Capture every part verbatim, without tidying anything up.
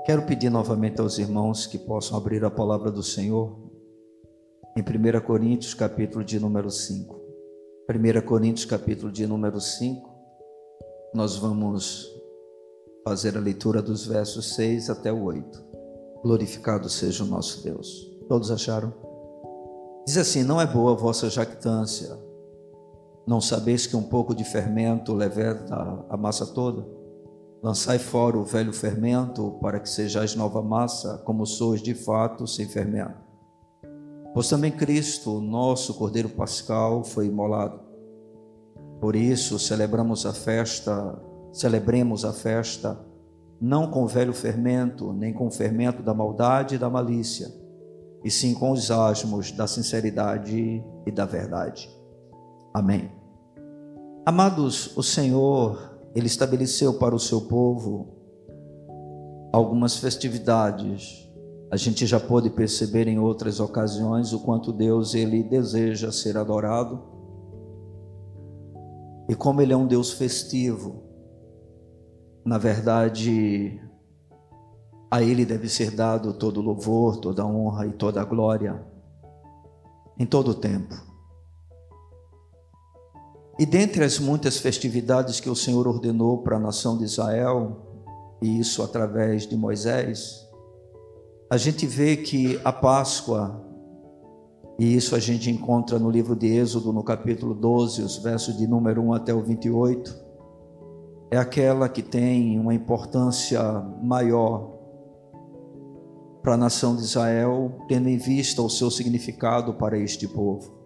Quero pedir novamente aos irmãos que possam abrir a palavra do Senhor em primeira Coríntios, capítulo de número cinco. primeira Coríntios, capítulo de número cinco. Nós vamos fazer a leitura dos versos seis até o oito. Glorificado seja o nosso Deus. Todos acharam? Diz assim: não é boa a vossa jactância. Não sabeis que um pouco de fermento leveda a massa toda? Lançai fora o velho fermento, para que sejais nova massa, como sois de fato sem fermento. Pois também Cristo, nosso Cordeiro Pascal, foi imolado. Por isso celebramos a festa, celebremos a festa, não com o velho fermento, nem com o fermento da maldade e da malícia, e sim com os asmos da sinceridade e da verdade. Amém. Amados, o Senhor, Ele estabeleceu para o seu povo algumas festividades. A gente já pôde perceber em outras ocasiões o quanto Deus, Ele deseja ser adorado e como Ele é um Deus festivo. Na verdade, a Ele deve ser dado todo louvor, toda honra e toda glória em todo o tempo. E dentre as muitas festividades que o Senhor ordenou para a nação de Israel, e isso através de Moisés, a gente vê que a Páscoa, e isso a gente encontra no livro de Êxodo, no capítulo doze, os versos de número um até o vinte e oito, é aquela que tem uma importância maior para a nação de Israel, tendo em vista o seu significado para este povo.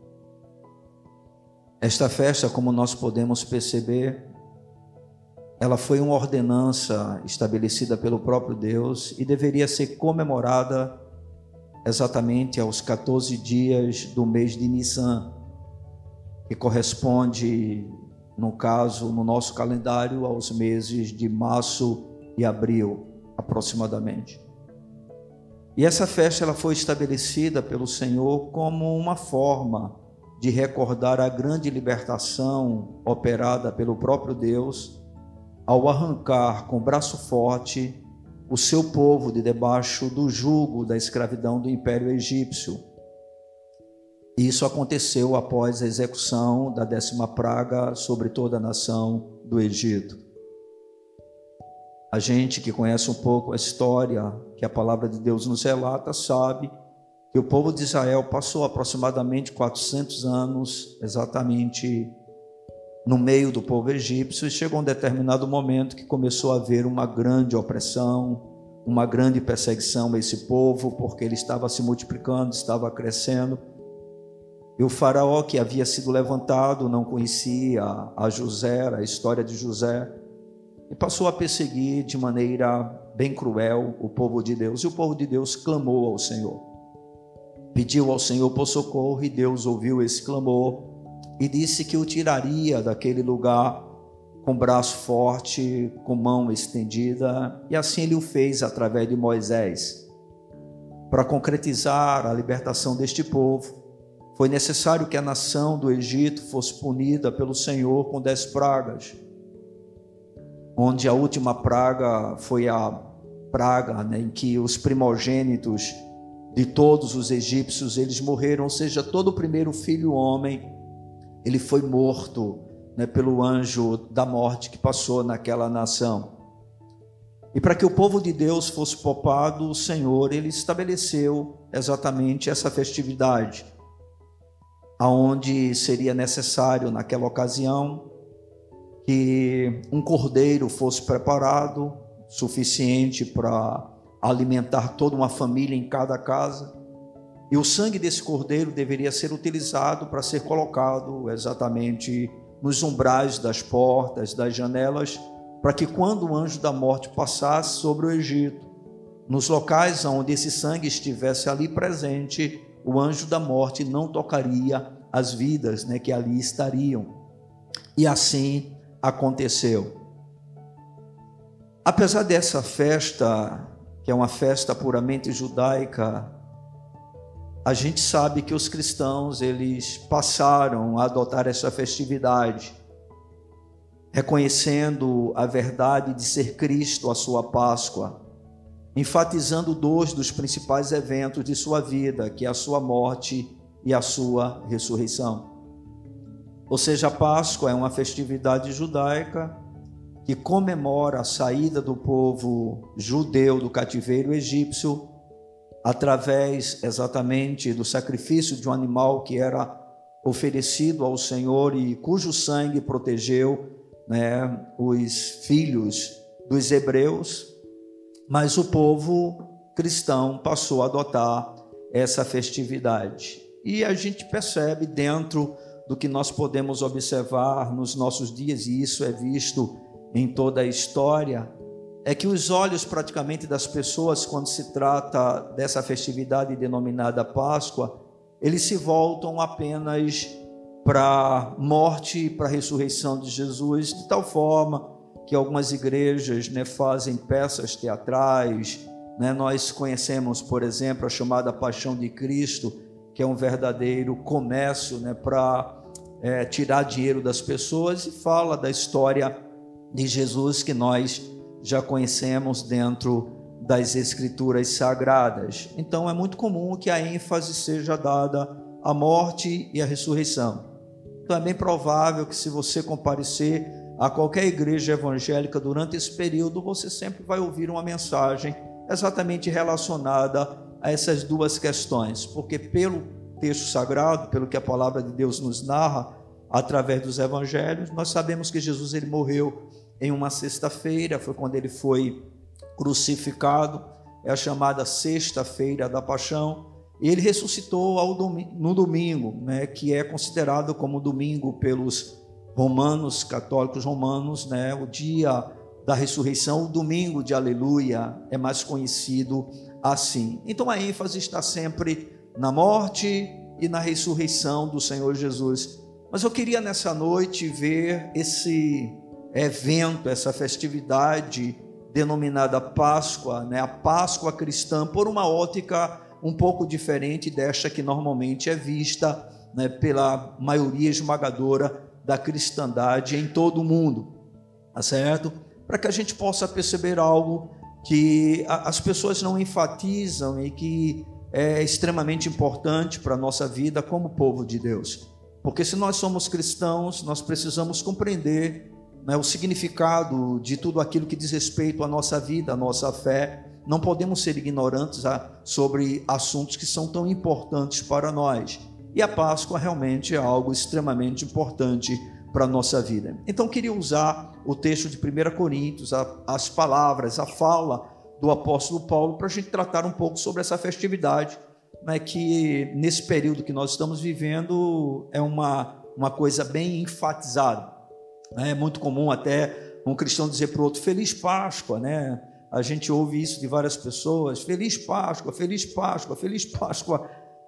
Esta festa, como nós podemos perceber, ela foi uma ordenança estabelecida pelo próprio Deus e deveria ser comemorada exatamente aos quatorze dias do mês de Nissan, que corresponde, no caso, no nosso calendário, aos meses de março e abril, aproximadamente. E essa festa ela foi estabelecida pelo Senhor como uma forma de recordar a grande libertação operada pelo próprio Deus ao arrancar com braço forte o seu povo de debaixo do jugo da escravidão do Império Egípcio. Isso aconteceu após a execução da décima praga sobre toda a nação do Egito. A gente que conhece um pouco a história que a palavra de Deus nos relata sabe que o povo de Israel passou aproximadamente quatrocentos anos exatamente no meio do povo egípcio, e chegou um determinado momento que começou a haver uma grande opressão, uma grande perseguição a esse povo, porque ele estava se multiplicando, estava crescendo, e o faraó que havia sido levantado não conhecia a José, a história de José, e passou a perseguir de maneira bem cruel o povo de Deus, e o povo de Deus clamou ao Senhor. Pediu ao Senhor por socorro, e Deus ouviu esse clamor e disse que o tiraria daquele lugar com braço forte, com mão estendida, e assim ele o fez através de Moisés. Para concretizar a libertação deste povo, foi necessário que a nação do Egito fosse punida pelo Senhor com dez pragas, onde a última praga foi a praga, né, em que os primogênitos de todos os egípcios, eles morreram, ou seja, todo o primeiro filho homem, ele foi morto, né, pelo anjo da morte que passou naquela nação. E para que o povo de Deus fosse poupado, o Senhor, ele estabeleceu exatamente essa festividade, aonde seria necessário naquela ocasião que um cordeiro fosse preparado, suficiente para alimentar toda uma família em cada casa, e o sangue desse cordeiro deveria ser utilizado para ser colocado exatamente nos umbrais das portas, das janelas, para que quando o anjo da morte passasse sobre o Egito, nos locais onde esse sangue estivesse ali presente, o anjo da morte não tocaria as vidas, né, que ali estariam. E assim aconteceu. Apesar dessa festa, que é uma festa puramente judaica, a gente sabe que os cristãos, eles passaram a adotar essa festividade, reconhecendo a verdade de ser Cristo a sua Páscoa, enfatizando dois dos principais eventos de sua vida, que é a sua morte e a sua ressurreição. Ou seja, a Páscoa é uma festividade judaica que comemora a saída do povo judeu do cativeiro egípcio através exatamente do sacrifício de um animal que era oferecido ao Senhor e cujo sangue protegeu, né, os filhos dos hebreus. Mas o povo cristão passou a adotar essa festividade. E a gente percebe dentro do que nós podemos observar nos nossos dias, e isso é visto em toda a história, é que os olhos praticamente das pessoas, quando se trata dessa festividade denominada Páscoa, eles se voltam apenas para a morte e para a ressurreição de Jesus, de tal forma que algumas igrejas, né, fazem peças teatrais, né? Nós conhecemos, por exemplo, a chamada Paixão de Cristo, que é um verdadeiro comércio, né, para é, tirar dinheiro das pessoas, e fala da história de Jesus que nós já conhecemos dentro das Escrituras Sagradas. Então é muito comum que a ênfase seja dada à morte e à ressurreição. Então é bem provável que, se você comparecer a qualquer igreja evangélica durante esse período, você sempre vai ouvir uma mensagem exatamente relacionada a essas duas questões, porque pelo texto sagrado, pelo que a palavra de Deus nos narra através dos evangelhos, nós sabemos que Jesus ele morreu em uma sexta-feira, foi quando ele foi crucificado, é a chamada sexta-feira da paixão, e ele ressuscitou ao domingo, no domingo, né, que é considerado como domingo pelos romanos, católicos romanos, né, o dia da ressurreição, o domingo de aleluia, é mais conhecido assim. Então a ênfase está sempre na morte e na ressurreição do Senhor Jesus. Mas eu queria nessa noite ver esse evento, essa festividade denominada Páscoa, né, a Páscoa cristã, por uma ótica um pouco diferente desta que normalmente é vista, né, pela maioria esmagadora da cristandade em todo o mundo, tá certo? Para que a gente possa perceber algo que as pessoas não enfatizam e que é extremamente importante para a nossa vida como povo de Deus. Porque se nós somos cristãos, nós precisamos compreender, né, o significado de tudo aquilo que diz respeito à nossa vida, à nossa fé. Não podemos ser ignorantes a, sobre assuntos que são tão importantes para nós. E a Páscoa realmente é algo extremamente importante para a nossa vida. Então, eu queria usar o texto de primeira Coríntios, a, as palavras, a fala do apóstolo Paulo, para a gente tratar um pouco sobre essa festividade, né, que nesse período que nós estamos vivendo é uma, uma coisa bem enfatizada. Né? É muito comum até um cristão dizer para o outro, Feliz Páscoa, né? A gente ouve isso de várias pessoas, Feliz Páscoa, Feliz Páscoa, Feliz Páscoa.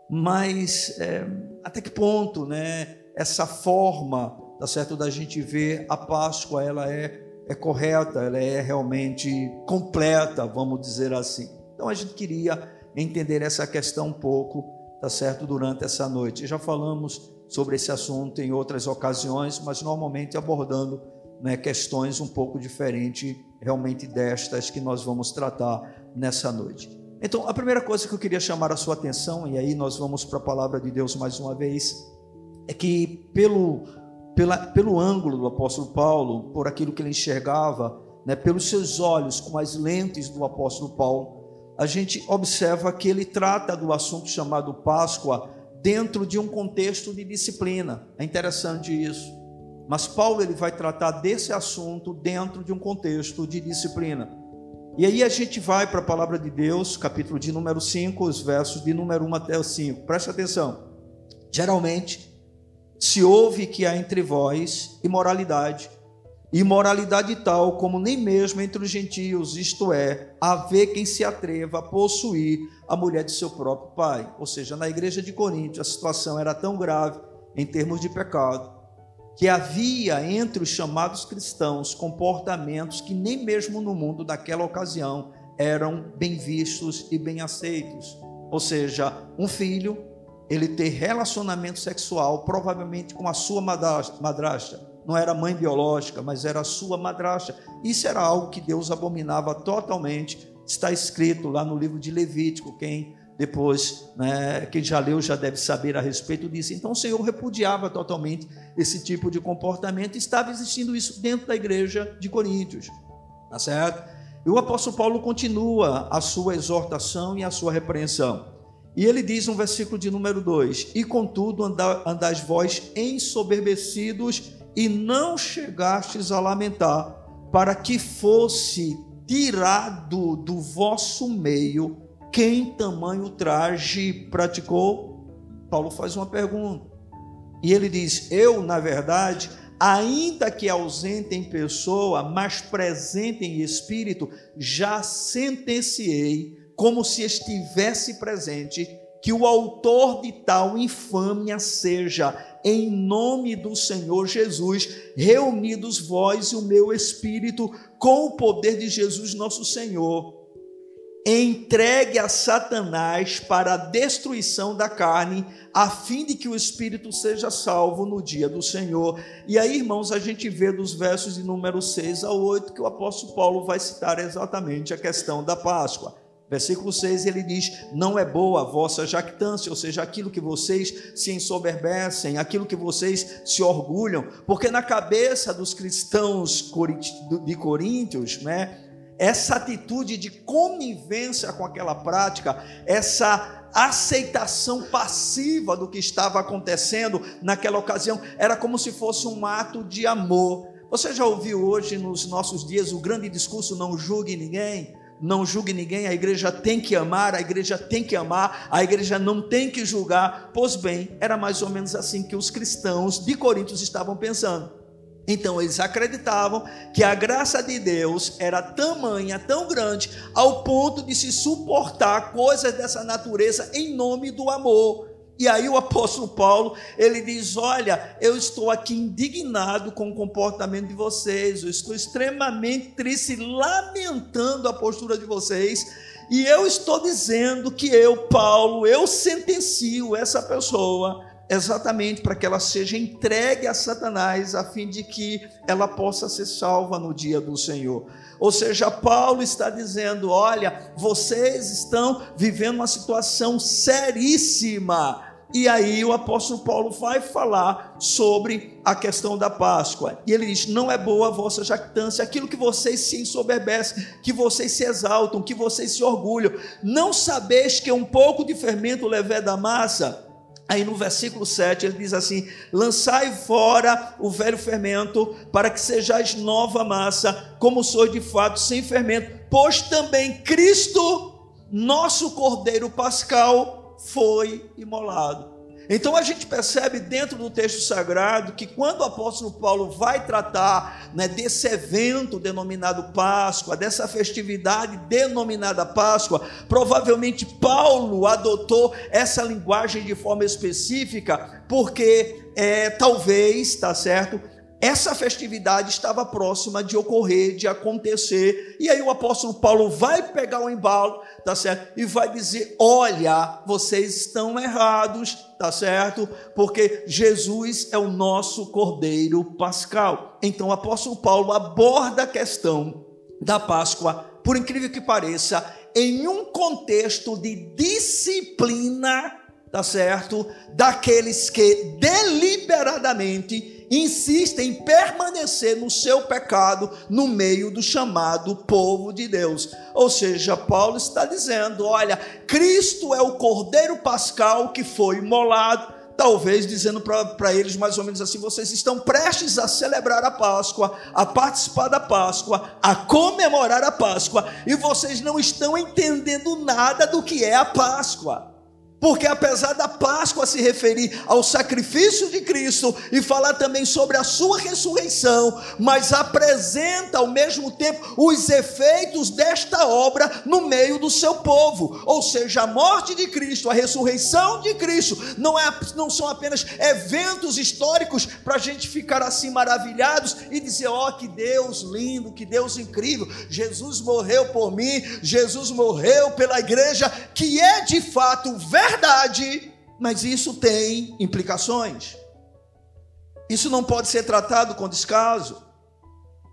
Mas é, até que ponto, né, essa forma, tá certo, da gente ver a Páscoa, ela é, é correta, ela é realmente completa, vamos dizer assim. Então a gente queria entender essa questão um pouco, tá certo, durante essa noite. Já falamos sobre esse assunto em outras ocasiões, mas normalmente abordando, né, questões um pouco diferentes realmente destas que nós vamos tratar nessa noite. Então, a primeira coisa que eu queria chamar a sua atenção, e aí nós vamos para a palavra de Deus mais uma vez, é que pelo, pela, pelo ângulo do apóstolo Paulo, por aquilo que ele enxergava, né, pelos seus olhos, com as lentes do apóstolo Paulo, a gente observa que ele trata do assunto chamado Páscoa dentro de um contexto de disciplina. É interessante isso. Mas Paulo ele vai tratar desse assunto dentro de um contexto de disciplina. E aí a gente vai para a palavra de Deus, capítulo de número cinco, os versos de número um até o cinco. Presta atenção. Geralmente se ouve que há entre vós imoralidade, imoralidade tal como nem mesmo entre os gentios, isto é, haver quem se atreva a possuir a mulher de seu próprio pai. Ou seja, na igreja de Corinto a situação era tão grave em termos de pecado, que havia entre os chamados cristãos comportamentos que nem mesmo no mundo daquela ocasião eram bem vistos e bem aceitos. Ou seja, um filho, ele ter relacionamento sexual provavelmente com a sua madrasta, não era mãe biológica, mas era a sua madrasta. Isso era algo que Deus abominava totalmente Está escrito lá no livro de Levítico, quem depois, né, quem já leu já deve saber a respeito disso. Então o Senhor repudiava totalmente esse tipo de comportamento, estava existindo isso dentro da igreja de Coríntios, tá certo? E o apóstolo Paulo continua a sua exortação e a sua repreensão, e ele diz no versículo de número dois: e contudo andais vós ensoberbecidos, e não chegastes a lamentar, para que fosse tirado do vosso meio quem tamanho traje praticou. Paulo faz uma pergunta, e ele diz: eu, na verdade, ainda que ausente em pessoa, mas presente em espírito, já sentenciei, como se estivesse presente, que o autor de tal infâmia seja, em nome do Senhor Jesus, reunidos vós e o meu espírito, com o poder de Jesus nosso Senhor, entregue a Satanás para a destruição da carne, a fim de que o espírito seja salvo no dia do Senhor. E aí, irmãos, a gente vê dos versos de número seis a oito que o apóstolo Paulo vai citar exatamente a questão da Páscoa. Versículo seis, ele diz: não é boa a vossa jactância, ou seja, aquilo que vocês se ensoberbecem, aquilo que vocês se orgulham, porque na cabeça dos cristãos de Coríntios, né, essa atitude de conivência com aquela prática, essa aceitação passiva do que estava acontecendo naquela ocasião, era como se fosse um ato de amor. Você já ouviu hoje nos nossos dias o grande discurso: não julgue ninguém? Não julgue ninguém, a igreja tem que amar, a igreja tem que amar, a igreja não tem que julgar. Pois bem, era mais ou menos assim que os cristãos de Coríntios estavam pensando. Então eles acreditavam que a graça de Deus era tamanha, tão grande, ao ponto de se suportar coisas dessa natureza em nome do amor. E aí o apóstolo Paulo, ele diz: olha, eu estou aqui indignado com o comportamento de vocês, eu estou extremamente triste, lamentando a postura de vocês, e eu estou dizendo que eu, Paulo, eu sentencio essa pessoa exatamente para que ela seja entregue a Satanás, a fim de que ela possa ser salva no dia do Senhor. Ou seja, Paulo está dizendo: olha, vocês estão vivendo uma situação seríssima. E aí o apóstolo Paulo vai falar sobre a questão da Páscoa, e ele diz: não é boa a vossa jactância, aquilo que vocês se ensoberbecem, que vocês se exaltam, que vocês se orgulham. Não sabeis que um pouco de fermento leveda a massa? Aí no versículo sete ele diz assim: lançai fora o velho fermento, para que sejais nova massa, como sois de fato sem fermento, pois também Cristo, nosso Cordeiro Pascal, foi imolado. Então a gente percebe dentro do texto sagrado que quando o apóstolo Paulo vai tratar, né, desse evento denominado Páscoa, dessa festividade denominada Páscoa, provavelmente Paulo adotou essa linguagem de forma específica, porque é, talvez, tá certo, essa festividade estava próxima de ocorrer, de acontecer, e aí o apóstolo Paulo vai pegar o embalo, tá certo? E vai dizer: olha, vocês estão errados, tá certo? Porque Jesus é o nosso Cordeiro Pascal. Então o apóstolo Paulo aborda a questão da Páscoa, por incrível que pareça, em um contexto de disciplina, tá certo? Daqueles que deliberadamente insistem em permanecer no seu pecado no meio do chamado povo de Deus. Ou seja, Paulo está dizendo: olha, Cristo é o Cordeiro Pascal que foi imolado, talvez dizendo para eles mais ou menos assim: vocês estão prestes a celebrar a Páscoa, a participar da Páscoa, a comemorar a Páscoa, e vocês não estão entendendo nada do que é a Páscoa. Porque apesar da Páscoa se referir ao sacrifício de Cristo e falar também sobre a sua ressurreição, mas apresenta ao mesmo tempo os efeitos desta obra no meio do seu povo. Ou seja, a morte de Cristo, a ressurreição de Cristo, não, é, não são apenas eventos históricos para a gente ficar assim maravilhados e dizer: ó, que Deus lindo, que Deus incrível, Jesus morreu por mim, Jesus morreu pela igreja, que é de fato verdade. Verdade, mas isso tem implicações. Isso não pode ser tratado com descaso.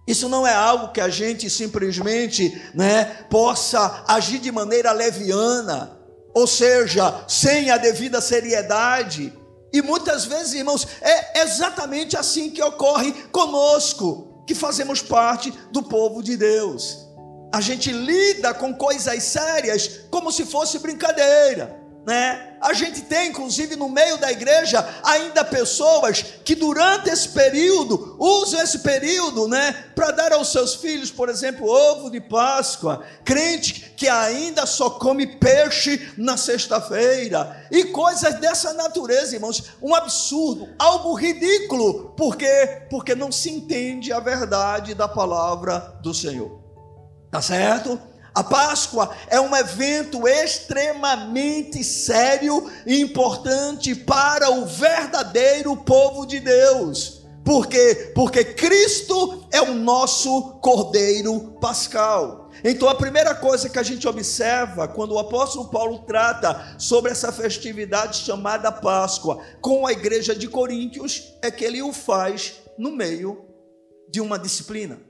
Isso não é algo que a gente simplesmente, né, possa agir de maneira leviana, ou seja, sem a devida seriedade. E muitas vezes, irmãos, é exatamente assim que ocorre conosco, que fazemos parte do povo de Deus. A gente lida com coisas sérias como se fosse brincadeira, né? A gente tem, inclusive, no meio da igreja, ainda pessoas que durante esse período, usam esse período, né, para dar aos seus filhos, por exemplo, ovo de Páscoa. Crente que ainda só come peixe na sexta-feira. E coisas dessa natureza, irmãos. Um absurdo, algo ridículo. Por quê? Porque não se entende a verdade da palavra do Senhor. Tá certo? A Páscoa é um evento extremamente sério e importante para o verdadeiro povo de Deus. Por quê? Porque Cristo é o nosso Cordeiro Pascal. Então a primeira coisa que a gente observa quando o apóstolo Paulo trata sobre essa festividade chamada Páscoa com a igreja de Coríntios é que ele o faz no meio de uma disciplina.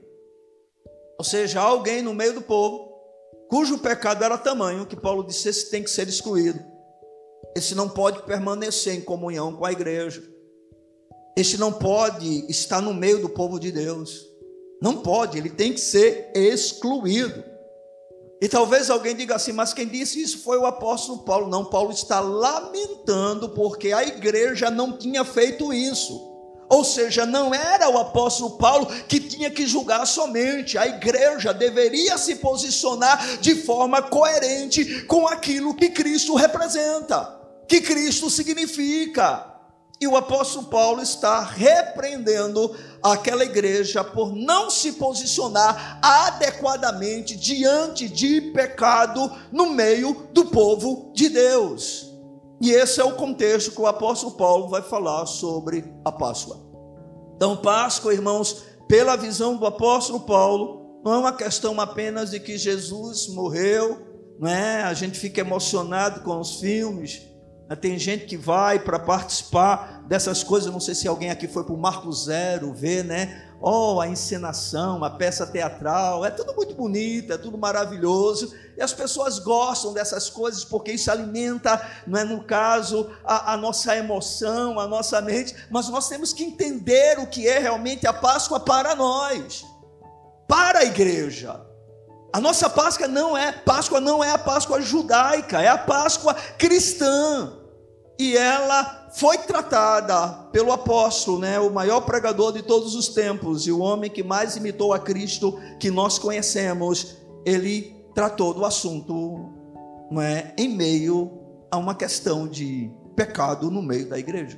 Ou seja, alguém no meio do povo cujo pecado era tamanho que Paulo disse: esse tem que ser excluído, esse não pode permanecer em comunhão com a igreja, esse não pode estar no meio do povo de Deus, não pode, ele tem que ser excluído. E talvez alguém diga assim: mas quem disse isso foi o apóstolo Paulo. Não, Paulo está lamentando porque a igreja não tinha feito isso. Ou seja, não era o apóstolo Paulo que tinha que julgar somente, a igreja deveria se posicionar de forma coerente com aquilo que Cristo representa, que Cristo significa. E o apóstolo Paulo está repreendendo aquela igreja por não se posicionar adequadamente diante de pecado no meio do povo de Deus. E esse é o contexto que o apóstolo Paulo vai falar sobre a Páscoa. Então, Páscoa, irmãos, pela visão do apóstolo Paulo, não é uma questão apenas de que Jesus morreu, não é? A gente fica emocionado com os filmes, né? Tem gente que vai para participar dessas coisas. Não sei se alguém aqui foi para o Marco Zero ver, né? Oh, a encenação, a peça teatral, é tudo muito bonito, é tudo maravilhoso, e as pessoas gostam dessas coisas, porque isso alimenta, não é, no caso, a, a nossa emoção, a nossa mente, mas nós temos que entender o que é realmente a Páscoa para nós, para a igreja. A nossa Páscoa não é, Páscoa não é a Páscoa judaica, é a Páscoa cristã, e ela foi tratada pelo apóstolo, né, o maior pregador de todos os tempos, e o homem que mais imitou a Cristo que nós conhecemos. Ele tratou do assunto, não é, em meio a uma questão de pecado no meio da igreja.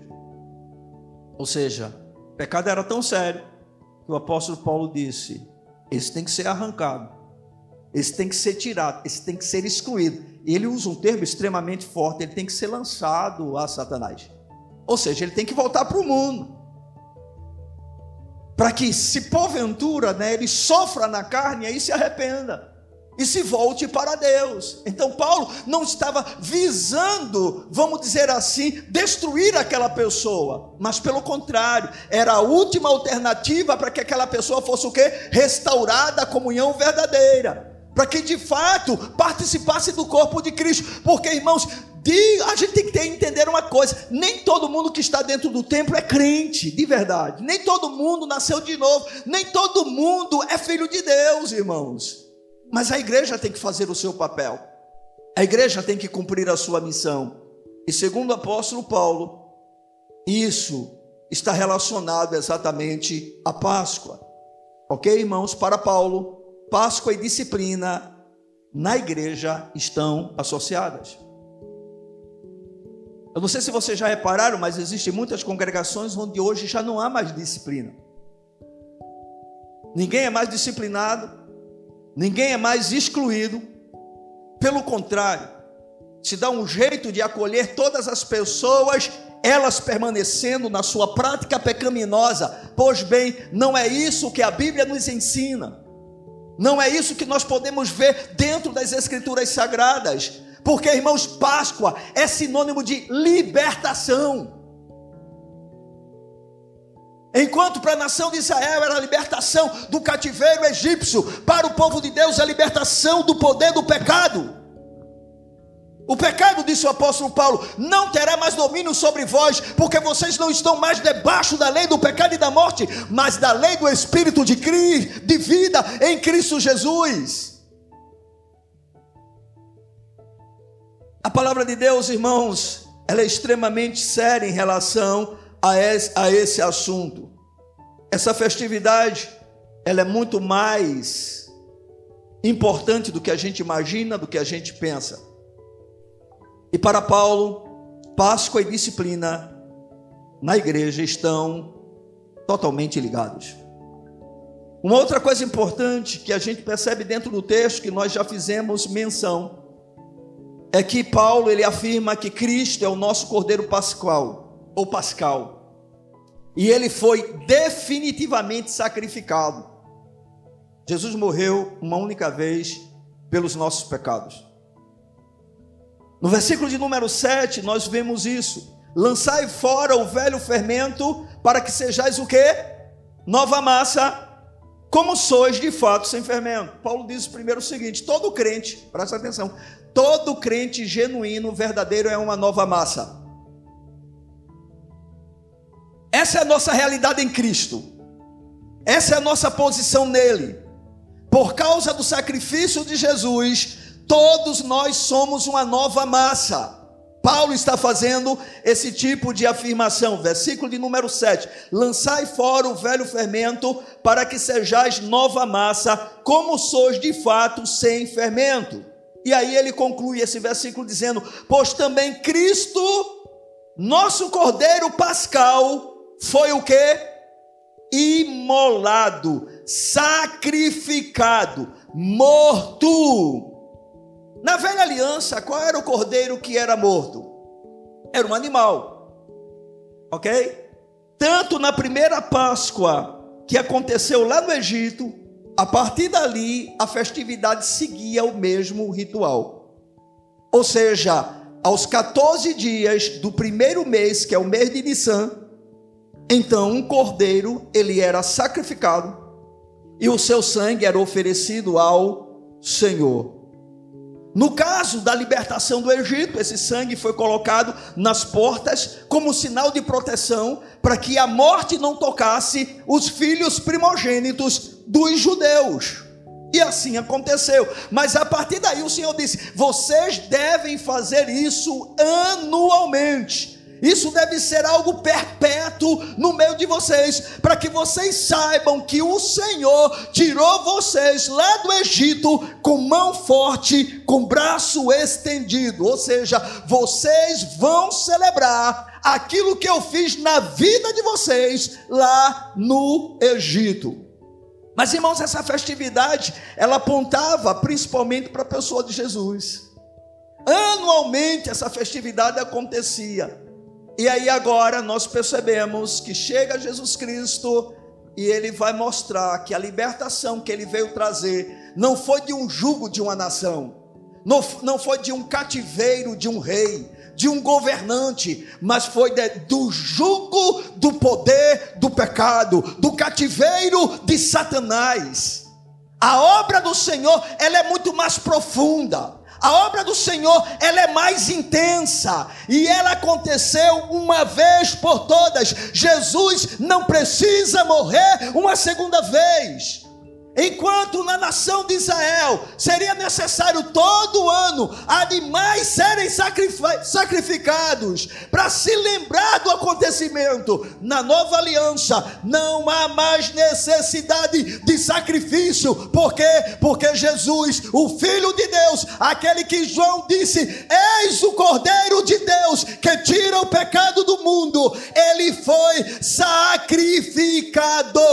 Ou seja, o pecado era tão sério que o apóstolo Paulo disse: esse tem que ser arrancado, esse tem que ser tirado, esse tem que ser excluído. E ele usa um termo extremamente forte: ele tem que ser lançado a Satanás. Ou seja, ele tem que voltar para o mundo, para que, se porventura, né, ele sofra na carne, aí se arrependa e se volte para Deus. Então Paulo não estava visando, vamos dizer assim, destruir aquela pessoa, mas pelo contrário, era a última alternativa para que aquela pessoa fosse o quê? Restaurada à comunhão verdadeira, para que de fato participasse do corpo de Cristo. Porque, irmãos, a gente tem que ter, entender uma coisa: nem todo mundo que está dentro do templo é crente de verdade, nem todo mundo nasceu de novo, nem todo mundo é filho de Deus, irmãos. Mas a igreja tem que fazer o seu papel, a igreja tem que cumprir a sua missão. E segundo o apóstolo Paulo, isso está relacionado exatamente à Páscoa. Ok, irmãos? Para Paulo, Páscoa e disciplina na igreja estão associadas. Eu não sei se vocês já repararam, mas existem muitas congregações onde hoje já não há mais disciplina. Ninguém é mais disciplinado, ninguém é mais excluído. Pelo contrário, se dá um jeito de acolher todas as pessoas, elas permanecendo na sua prática pecaminosa. Pois bem, não é isso que a Bíblia nos ensina. Não é isso que nós podemos ver dentro das Escrituras Sagradas. Porque, irmãos, Páscoa é sinônimo de libertação. Enquanto para a nação de Israel era a libertação do cativeiro egípcio, para o povo de Deus a libertação do poder do pecado. O pecado, disse o apóstolo Paulo, não terá mais domínio sobre vós, porque vocês não estão mais debaixo da lei do pecado e da morte, mas da lei do Espírito de, de vida em Cristo Jesus. A palavra de Deus, irmãos, ela é extremamente séria em relação a esse, a esse assunto. Essa festividade, ela é muito mais importante do que a gente imagina, do que a gente pensa. E para Paulo, Páscoa e disciplina na igreja estão totalmente ligados. Uma outra coisa importante que a gente percebe dentro do texto, que nós já fizemos menção, é que Paulo ele afirma que Cristo é o nosso Cordeiro Pascual, ou Pascal, e ele foi definitivamente sacrificado. Jesus morreu uma única vez pelos nossos pecados. No versículo de número sete, nós vemos isso. Lançai fora o velho fermento, para que sejais o quê? Nova massa, como sois de fato sem fermento. Paulo diz primeiro o seguinte: todo crente, presta atenção, todo crente genuíno, verdadeiro, é uma nova massa. Essa é a nossa realidade em Cristo. Essa é a nossa posição nele. Por causa do sacrifício de Jesus, todos nós somos uma nova massa. Paulo está fazendo esse tipo de afirmação. Versículo de número sete. Lançai fora o velho fermento, para que sejais nova massa, como sois de fato sem fermento. E aí ele conclui esse versículo dizendo: pois também Cristo, nosso Cordeiro Pascal, foi o quê? Imolado, sacrificado, morto. Na velha aliança, qual era o cordeiro que era morto? Era um animal, ok? Tanto na primeira Páscoa que aconteceu lá no Egito, a partir dali a festividade seguia o mesmo ritual. Ou seja, aos quatorze dias do primeiro mês, que é o mês de Nissan, então um cordeiro ele era sacrificado e o seu sangue era oferecido ao Senhor. No caso da libertação do Egito, esse sangue foi colocado nas portas como sinal de proteção, para que a morte não tocasse os filhos primogênitos dos judeus. E assim aconteceu. Mas a partir daí o Senhor disse: vocês devem fazer isso anualmente. Isso deve ser algo perpétuo no meio de vocês, para que vocês saibam que o Senhor tirou vocês lá do Egito com mão forte, com braço estendido. Ou seja, vocês vão celebrar aquilo que eu fiz na vida de vocês lá no Egito. Mas, irmãos, essa festividade, ela apontava principalmente para a pessoa de Jesus. Anualmente essa festividade acontecia. E aí agora nós percebemos que chega Jesus Cristo e ele vai mostrar que a libertação que ele veio trazer não foi de um jugo de uma nação, não, não foi de um cativeiro de um rei, de um governante, mas foi de, do jugo do poder do pecado, do cativeiro de Satanás. A obra do Senhor, ela é muito mais profunda. A obra do Senhor, ela é mais intensa, e ela aconteceu uma vez por todas. Jesus não precisa morrer uma segunda vez. Enquanto na nação de Israel seria necessário todo ano animais serem sacrificados para se lembrar do acontecimento, na nova aliança não há mais necessidade de sacrifício. Por quê? Porque Jesus, o Filho de Deus, aquele que João disse: eis o Cordeiro de Deus que tira o pecado do mundo, ele foi sacrificado,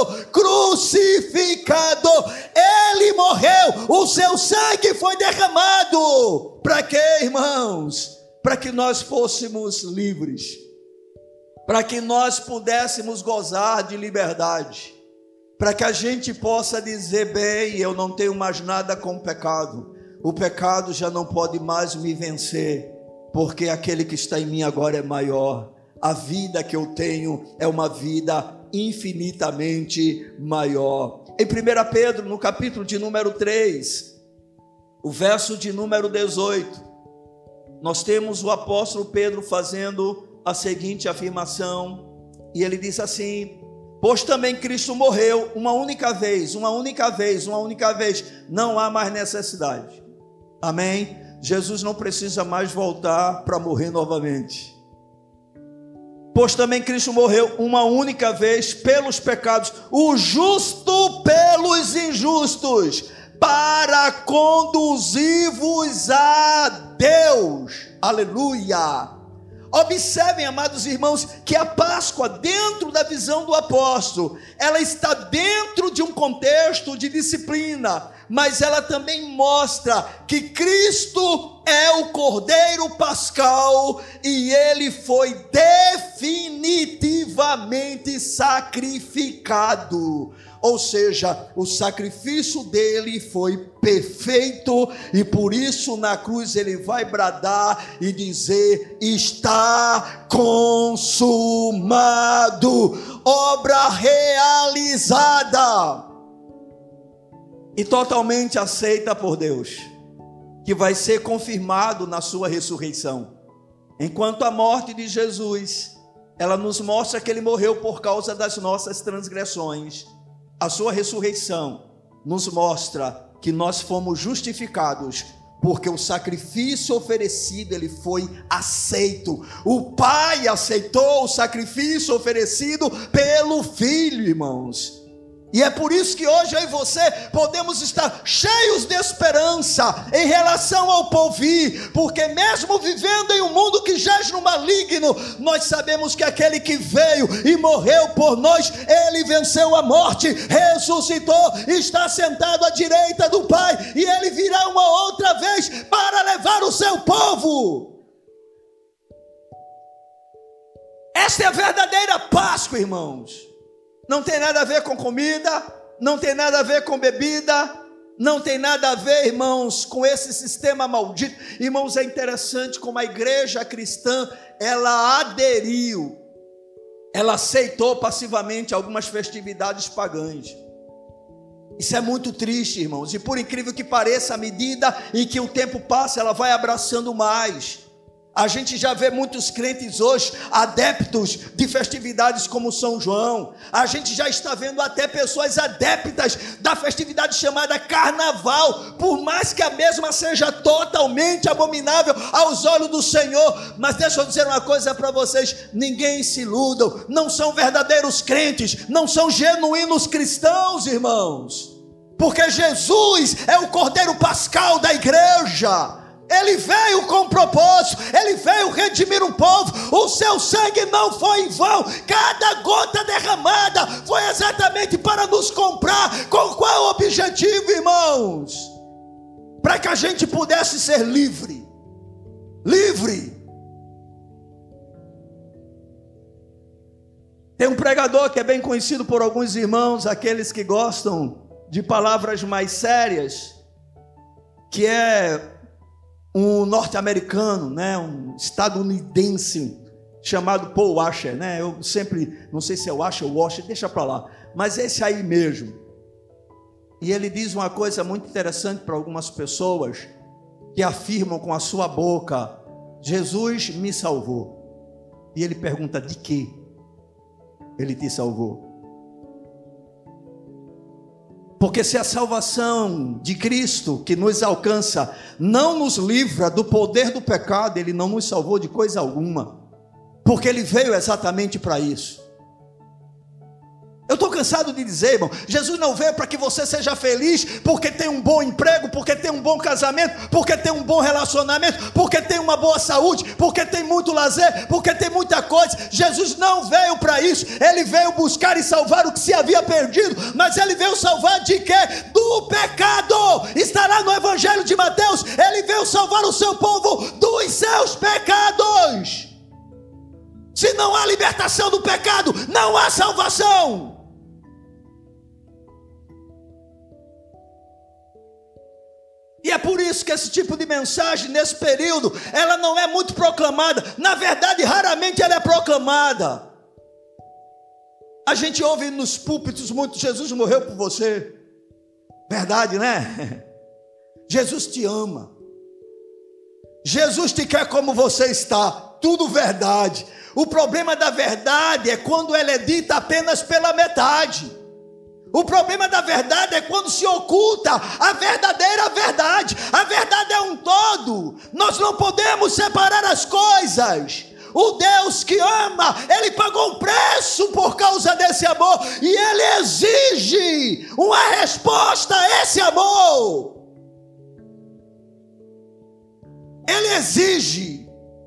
crucificado. Ele morreu, o seu sangue foi derramado. Para quê, irmãos? Para que nós fôssemos livres, para que nós pudéssemos gozar de liberdade, para que a gente possa dizer: bem, eu não tenho mais nada com o pecado, o pecado já não pode mais me vencer, porque aquele que está em mim agora é maior. A vida que eu tenho é uma vida infinitamente maior. Em primeira Pedro, no capítulo de número três, o verso de número dezoito, nós temos o apóstolo Pedro fazendo a seguinte afirmação, e ele diz assim: pois também Cristo morreu uma única vez, uma única vez, uma única vez, não há mais necessidade. Amém? Jesus não precisa mais voltar para morrer novamente. Pois também Cristo morreu uma única vez pelos pecados, o justo pelos injustos, para conduzir-vos a Deus. Aleluia! Observem, amados irmãos, que a Páscoa, dentro da visão do apóstolo, ela está dentro de um contexto de disciplina, mas ela também mostra que Cristo é o Cordeiro Pascal e ele foi definitivamente sacrificado. Ou seja, o sacrifício dele foi perfeito e por isso na cruz ele vai bradar e dizer: está consumado, obra realizada e totalmente aceita por Deus, que vai ser confirmado na sua ressurreição. Enquanto a morte de Jesus, ela nos mostra que ele morreu por causa das nossas transgressões, a sua ressurreição nos mostra que nós fomos justificados, porque o sacrifício oferecido, ele foi aceito. O Pai aceitou o sacrifício oferecido pelo Filho, irmãos. E é por isso que hoje eu e você podemos estar cheios de esperança em relação ao porvir, porque mesmo vivendo em um mundo que jaz no maligno, nós sabemos que aquele que veio e morreu por nós, ele venceu a morte, ressuscitou, está sentado à direita do Pai, e ele virá uma outra vez para levar o seu povo. Esta é a verdadeira Páscoa, irmãos. Não tem nada a ver com comida, não tem nada a ver com bebida, não tem nada a ver, irmãos, com esse sistema maldito. Irmãos, é interessante como a igreja cristã, ela aderiu, ela aceitou passivamente algumas festividades pagãs. Isso é muito triste, irmãos, e por incrível que pareça, à medida em que o tempo passa, ela vai abraçando mais. A gente já vê muitos crentes hoje adeptos de festividades como São João. A gente já está vendo até pessoas adeptas da festividade chamada Carnaval, por mais que a mesma seja totalmente abominável aos olhos do Senhor. Mas deixa eu dizer uma coisa para vocês: ninguém se iludam, não são verdadeiros crentes, não são genuínos cristãos, irmãos, porque Jesus é o Cordeiro Pascal da igreja. Ele veio com propósito, ele veio redimir um povo, o seu sangue não foi em vão, cada gota derramada foi exatamente para nos comprar. Com qual objetivo, irmãos? Para que a gente pudesse ser livre, livre. Tem um pregador que é bem conhecido por alguns irmãos, aqueles que gostam de palavras mais sérias, que é um norte-americano, né, um estadunidense chamado Paul Washer, né? Eu sempre, não sei se é Washer ou Washer, deixa para lá, mas esse aí mesmo. E ele diz uma coisa muito interessante para algumas pessoas que afirmam com a sua boca: Jesus me salvou. E ele pergunta: de quê ele te salvou? Porque se a salvação de Cristo que nos alcança não nos livra do poder do pecado, ele não nos salvou de coisa alguma, porque ele veio exatamente para isso. Eu estou cansado de dizer, irmão, Jesus não veio para que você seja feliz porque tem um bom emprego, porque tem um bom casamento, porque tem um bom relacionamento, porque tem uma boa saúde, porque tem muito lazer, porque tem muita coisa. Jesus não veio para isso. Ele veio buscar e salvar o que se havia perdido, mas ele veio salvar de quê? Do pecado. Estará no Evangelho de Mateus. Ele veio salvar o seu povo dos seus pecados. Se não há libertação do pecado, não há salvação. E é por isso que esse tipo de mensagem, nesse período, ela não é muito proclamada. Na verdade, raramente ela é proclamada. A gente ouve nos púlpitos muito: Jesus morreu por você. Verdade, né? Jesus te ama. Jesus te quer como você está. Tudo verdade. O problema da verdade é quando ela é dita apenas pela metade. O problema da verdade é quando se oculta a verdadeira verdade. A verdade é um todo. Nós não podemos separar as coisas. O Deus que ama, Ele pagou um preço por causa desse amor, e Ele exige uma resposta a esse amor. Ele exige.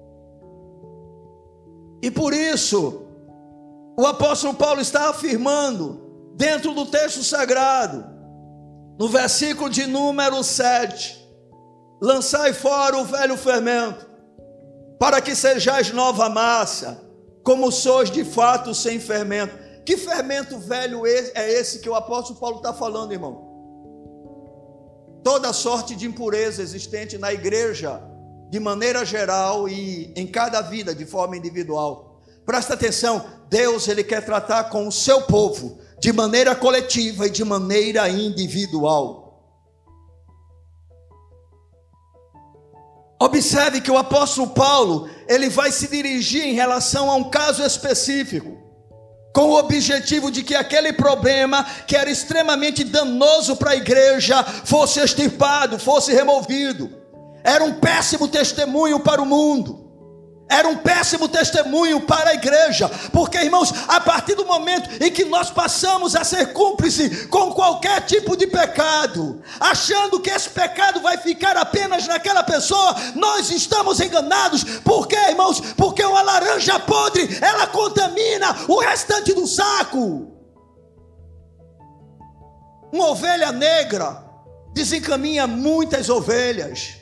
E por isso, o apóstolo Paulo está afirmando, dentro do texto sagrado, no versículo de número sete: lançai fora o velho fermento, para que sejais nova massa, como sois de fato sem fermento. Que fermento velho é esse que o apóstolo Paulo está falando, irmão? Toda sorte de impureza existente na igreja, de maneira geral e em cada vida de forma individual. Presta atenção, Deus ele quer tratar com o seu povo de maneira coletiva e de maneira individual. Observe que o apóstolo Paulo, ele vai se dirigir em relação a um caso específico, com o objetivo de que aquele problema, que era extremamente danoso para a igreja, fosse extirpado, fosse removido. Era um péssimo testemunho para o mundo. Era um péssimo testemunho para a igreja, porque, irmãos, a partir do momento em que nós passamos a ser cúmplice com qualquer tipo de pecado, achando que esse pecado vai ficar apenas naquela pessoa, nós estamos enganados. Por quê, irmãos? Porque uma laranja podre, ela contamina o restante do saco. Uma ovelha negra desencaminha muitas ovelhas.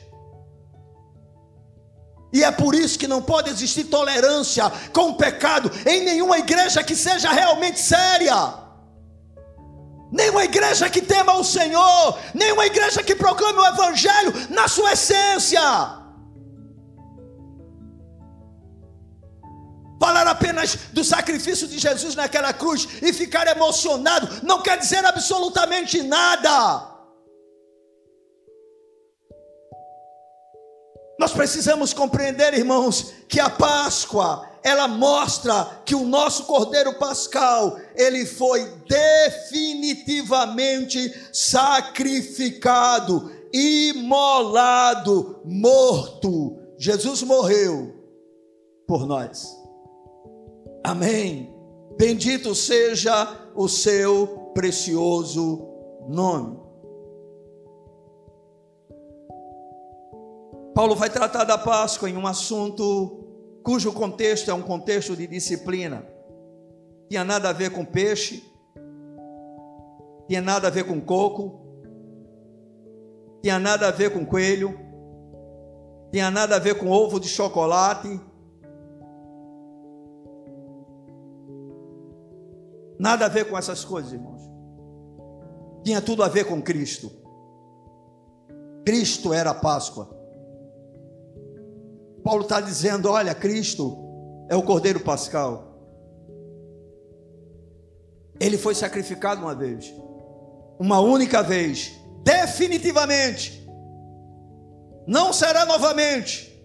E é por isso que não pode existir tolerância com o pecado em nenhuma igreja que seja realmente séria. Nenhuma igreja que tema o Senhor, nenhuma igreja que proclame o Evangelho na sua essência. Falar apenas do sacrifício de Jesus naquela cruz e ficar emocionado não quer dizer absolutamente nada. Nós precisamos compreender, irmãos, que a Páscoa, ela mostra que o nosso Cordeiro Pascal, ele foi definitivamente sacrificado, imolado, morto. Jesus morreu por nós. Amém. Bendito seja o seu precioso nome. Paulo vai tratar da Páscoa em um assunto cujo contexto é um contexto de disciplina. Tinha nada a ver com peixe, tinha nada a ver com coco, tinha nada a ver com coelho, tinha nada a ver com ovo de chocolate, nada a ver com essas coisas, irmãos. Tinha tudo a ver com Cristo. Cristo era a Páscoa. Paulo está dizendo: olha, Cristo é o Cordeiro Pascal. Ele foi sacrificado uma vez, uma única vez, definitivamente. Não será novamente.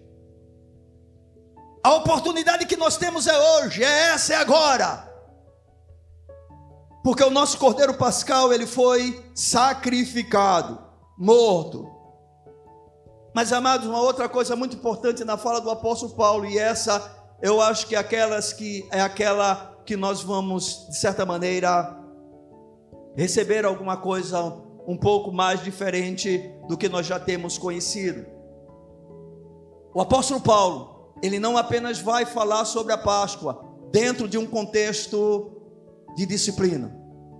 A oportunidade que nós temos é hoje, é essa, é agora. Porque o nosso Cordeiro Pascal, ele foi sacrificado, morto. Mas, amados, uma outra coisa muito importante na fala do apóstolo Paulo, e essa eu acho que é, aquelas que, é aquela que nós vamos, de certa maneira, receber alguma coisa um pouco mais diferente do que nós já temos conhecido. O apóstolo Paulo, ele não apenas vai falar sobre a Páscoa dentro de um contexto de disciplina.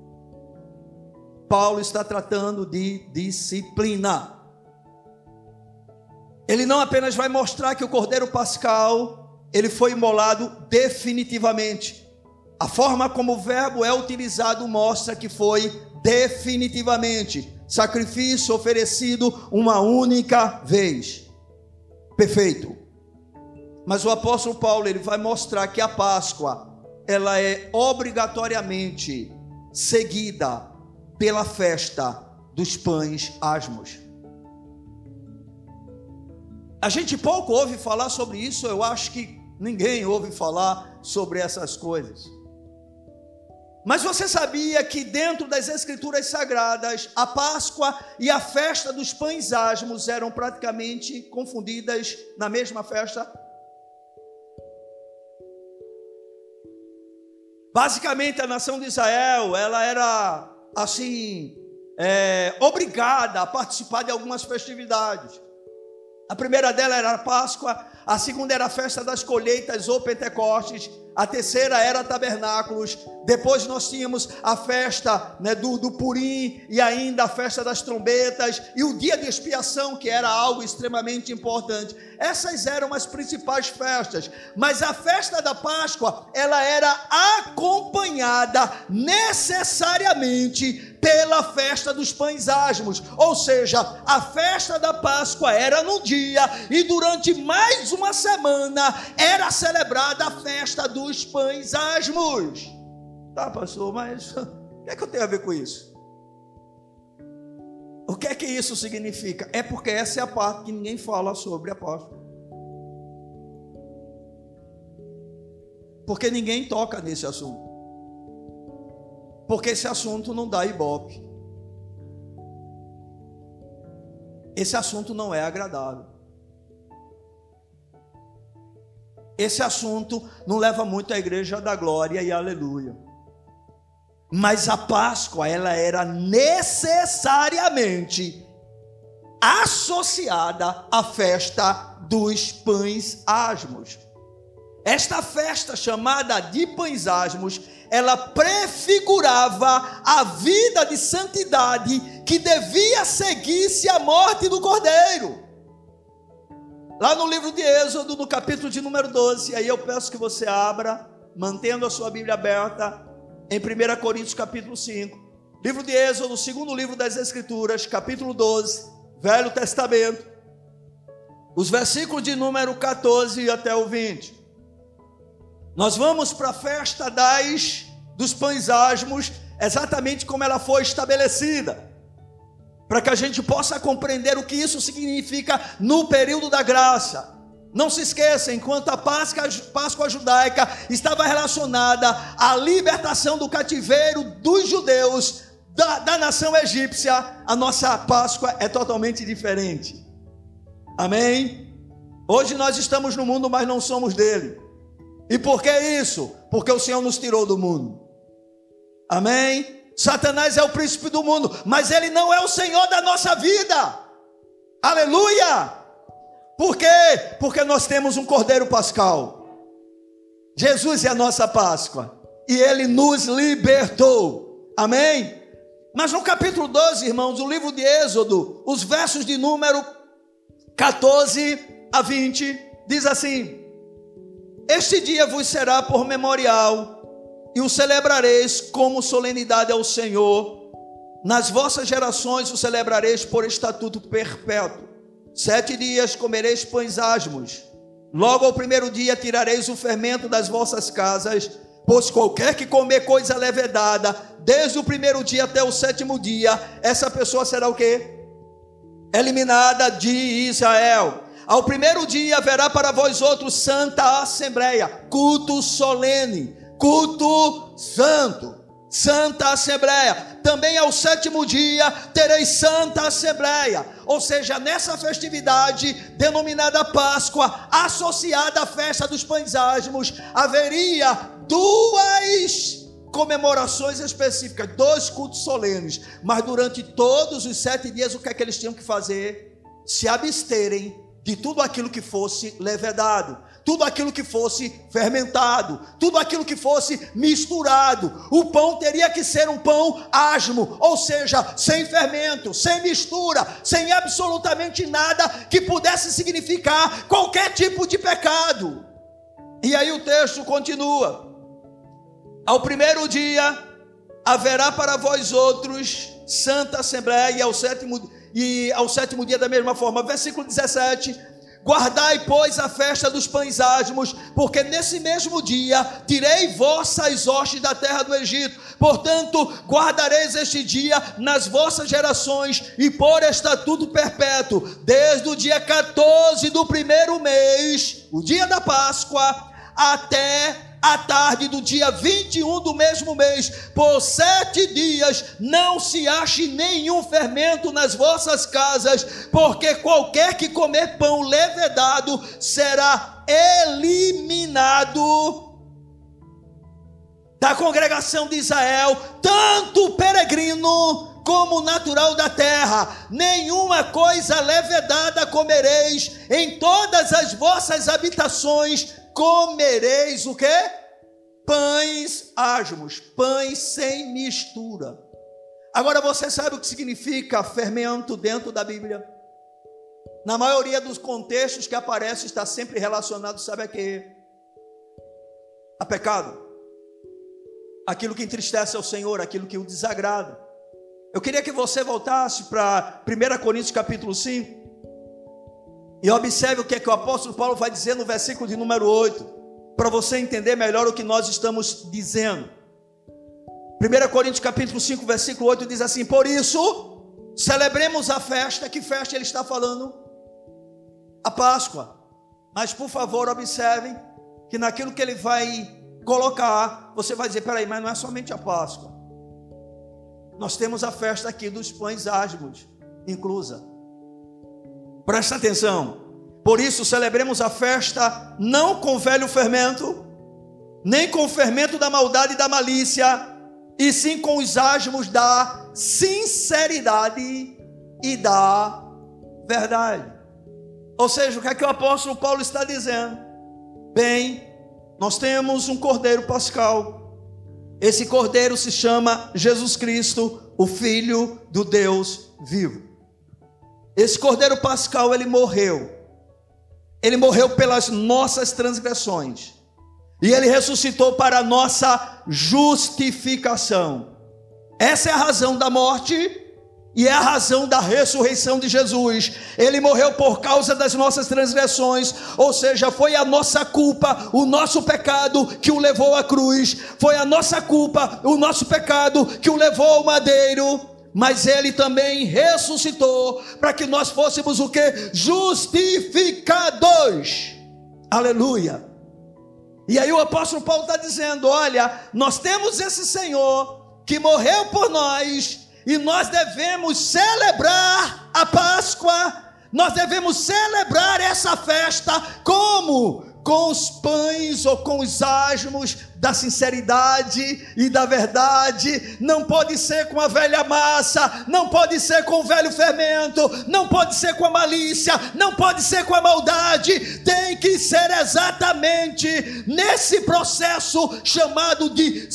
Paulo está tratando de disciplina. Ele não apenas vai mostrar que o Cordeiro Pascal, ele foi imolado definitivamente. A forma como o verbo é utilizado mostra que foi definitivamente. Sacrifício oferecido uma única vez. Perfeito. Mas o apóstolo Paulo, ele vai mostrar que a Páscoa, ela é obrigatoriamente seguida pela festa dos pães asmos. A gente pouco ouve falar sobre isso, eu acho que ninguém ouve falar sobre essas coisas. Mas você sabia que dentro das Escrituras Sagradas, a Páscoa e a festa dos pães asmos eram praticamente confundidas na mesma festa? Basicamente, a nação de Israel, ela era assim, é, obrigada a participar de algumas festividades. A primeira dela era a Páscoa, a segunda era a festa das colheitas ou Pentecostes, a terceira era Tabernáculos, depois nós tínhamos a festa, né, do, do Purim, e ainda a festa das trombetas, e o dia de expiação, que era algo extremamente importante. Essas eram as principais festas, mas a festa da Páscoa, ela era acompanhada necessariamente pela festa dos pães asmos, ou seja, a festa da Páscoa era no dia, e durante mais uma semana era celebrada a festa dos pães asmos. Tá, pastor, mas o que é que eu tenho a ver com isso? O que é que isso significa? É porque essa é a parte que ninguém fala sobre a Páscoa. Porque ninguém toca nesse assunto. Porque esse assunto não dá ibope. Esse assunto não é agradável. Esse assunto não leva muito à igreja da glória e aleluia. Mas a Páscoa, ela era necessariamente associada à festa dos pães asmos. Esta festa chamada de pães asmos, ela prefigurava a vida de santidade que devia seguir-se a morte do Cordeiro. Lá no livro de Êxodo, no capítulo de número doze, aí eu peço que você abra, mantendo a sua Bíblia aberta, em primeira Coríntios capítulo cinco, livro de Êxodo, segundo livro das Escrituras, capítulo doze, Velho Testamento, os versículos de número catorze até o vinte. Nós vamos para a festa das, dos pães asmos, exatamente como ela foi estabelecida, para que a gente possa compreender o que isso significa no período da graça. Não se esqueça, enquanto a Páscoa, Páscoa judaica estava relacionada à libertação do cativeiro dos judeus da, da nação egípcia, a nossa Páscoa é totalmente diferente. Amém? Hoje nós estamos no mundo, mas não somos dele. E por que isso? Porque o Senhor nos tirou do mundo. Amém? Satanás é o príncipe do mundo, mas ele não é o Senhor da nossa vida. Aleluia! Por quê? Porque nós temos um Cordeiro Pascal. Jesus é a nossa Páscoa, e ele nos libertou. Amém? Mas no capítulo doze, irmãos, o livro de Êxodo, os versos de número catorze a vinte, diz assim: este dia vos será por memorial, e o celebrareis como solenidade ao Senhor. Nas vossas gerações o celebrareis por estatuto perpétuo. Sete dias comereis pães asmos. Logo ao primeiro dia tirareis o fermento das vossas casas, pois qualquer que comer coisa levedada, desde o primeiro dia até o sétimo dia, essa pessoa será o quê? Eliminada de Israel. Ao primeiro dia haverá para vós outros santa assembleia, culto solene, culto santo, santa assembleia. Também ao sétimo dia tereis santa assembleia. Ou seja, nessa festividade denominada Páscoa, associada à festa dos pães asmos, haveria duas comemorações específicas, dois cultos solenes. Mas durante todos os sete dias, o que é que eles tinham que fazer? Se absterem de tudo aquilo que fosse levedado, tudo aquilo que fosse fermentado, tudo aquilo que fosse misturado. O pão teria que ser um pão asmo, ou seja, sem fermento, sem mistura, sem absolutamente nada que pudesse significar qualquer tipo de pecado. E aí o texto continua: ao primeiro dia haverá para vós outros santa assembleia, e ao sétimo, e ao sétimo dia da mesma forma. Versículo dezessete: Guardai, pois, a festa dos pães asmos, porque nesse mesmo dia tirei vossas hostes da terra do Egito. Portanto, guardareis este dia nas vossas gerações, e por estatuto perpétuo, desde o dia quatorze do primeiro mês, o dia da Páscoa, até à tarde do dia vinte e um do mesmo mês, por sete dias não se ache nenhum fermento nas vossas casas, porque qualquer que comer pão levedado será eliminado da congregação de Israel, tanto peregrino como natural da terra. Nenhuma coisa levedada comereis, em todas as vossas habitações comereis o quê? Pães asmos, pães sem mistura. Agora você sabe o que significa fermento dentro da Bíblia? Na maioria dos contextos que aparece, está sempre relacionado, sabe a quê? A pecado. Aquilo que entristece ao Senhor, aquilo que o desagrada. Eu queria que você voltasse para primeira Coríntios capítulo cinco, e observe o que é que o apóstolo Paulo vai dizer no versículo de número oito, para você entender melhor o que nós estamos dizendo. primeira Coríntios capítulo cinco, versículo oito diz assim: por isso, celebremos a festa. Que festa ele está falando? A Páscoa. Mas por favor, observem que naquilo que ele vai colocar, você vai dizer: peraí, mas não é somente a Páscoa. Nós temos a festa aqui dos pães asmos inclusa. Presta atenção. Por isso celebremos a festa não com velho fermento, nem com o fermento da maldade e da malícia, e sim com os asmos da sinceridade e da verdade. Ou seja, o que é que o apóstolo Paulo está dizendo? Bem, nós temos um cordeiro pascal. Esse cordeiro se chama Jesus Cristo, o Filho do Deus vivo. Esse cordeiro pascal, ele morreu. Ele morreu pelas nossas transgressões. E ele ressuscitou para a nossa justificação. Essa é a razão da morte e é a razão da ressurreição de Jesus. Ele morreu por causa das nossas transgressões, ou seja, foi a nossa culpa, o nosso pecado que o levou à cruz. Foi a nossa culpa, o nosso pecado que o levou ao madeiro. Mas ele também ressuscitou para que nós fôssemos o que? Justificados. Aleluia. E aí o apóstolo Paulo está dizendo: olha, nós temos esse Senhor que morreu por nós, e nós devemos celebrar a Páscoa, nós devemos celebrar essa festa como? Com os pães ou com os asmos da sinceridade e da verdade. Não pode ser com a velha massa, não pode ser com o velho fermento, não pode ser com a malícia, não pode ser com a maldade. Tem que ser exatamente nesse processo chamado de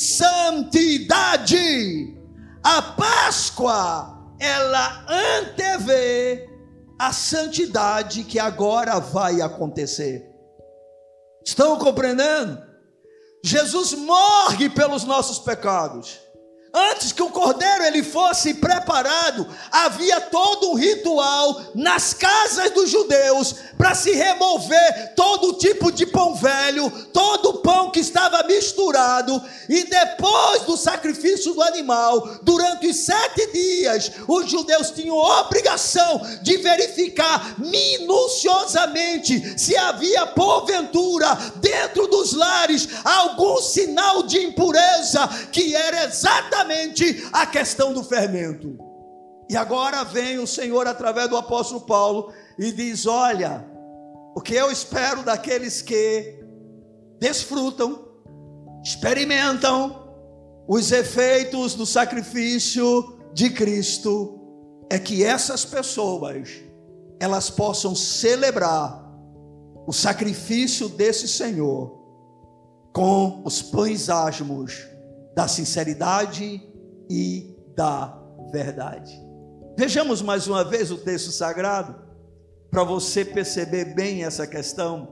santidade. A Páscoa, ela antevê a santidade que agora vai acontecer. Estão compreendendo? Jesus morre pelos nossos pecados. Antes que o cordeiro ele fosse preparado, havia todo um ritual nas casas dos judeus para se remover todo tipo de pão velho, todo o pão que estava misturado. E depois do sacrifício do animal, durante os sete dias, os judeus tinham obrigação de verificar minuciosamente se havia porventura dentro dos lares algum sinal de impureza, que era exatamente a questão do fermento. E agora vem o Senhor através do apóstolo Paulo e diz: olha, o que eu espero daqueles que desfrutam, experimentam os efeitos do sacrifício de Cristo, é que essas pessoas, elas possam celebrar o sacrifício desse Senhor com os pães asmos da sinceridade e da verdade. Vejamos mais uma vez o texto sagrado, para você perceber bem essa questão.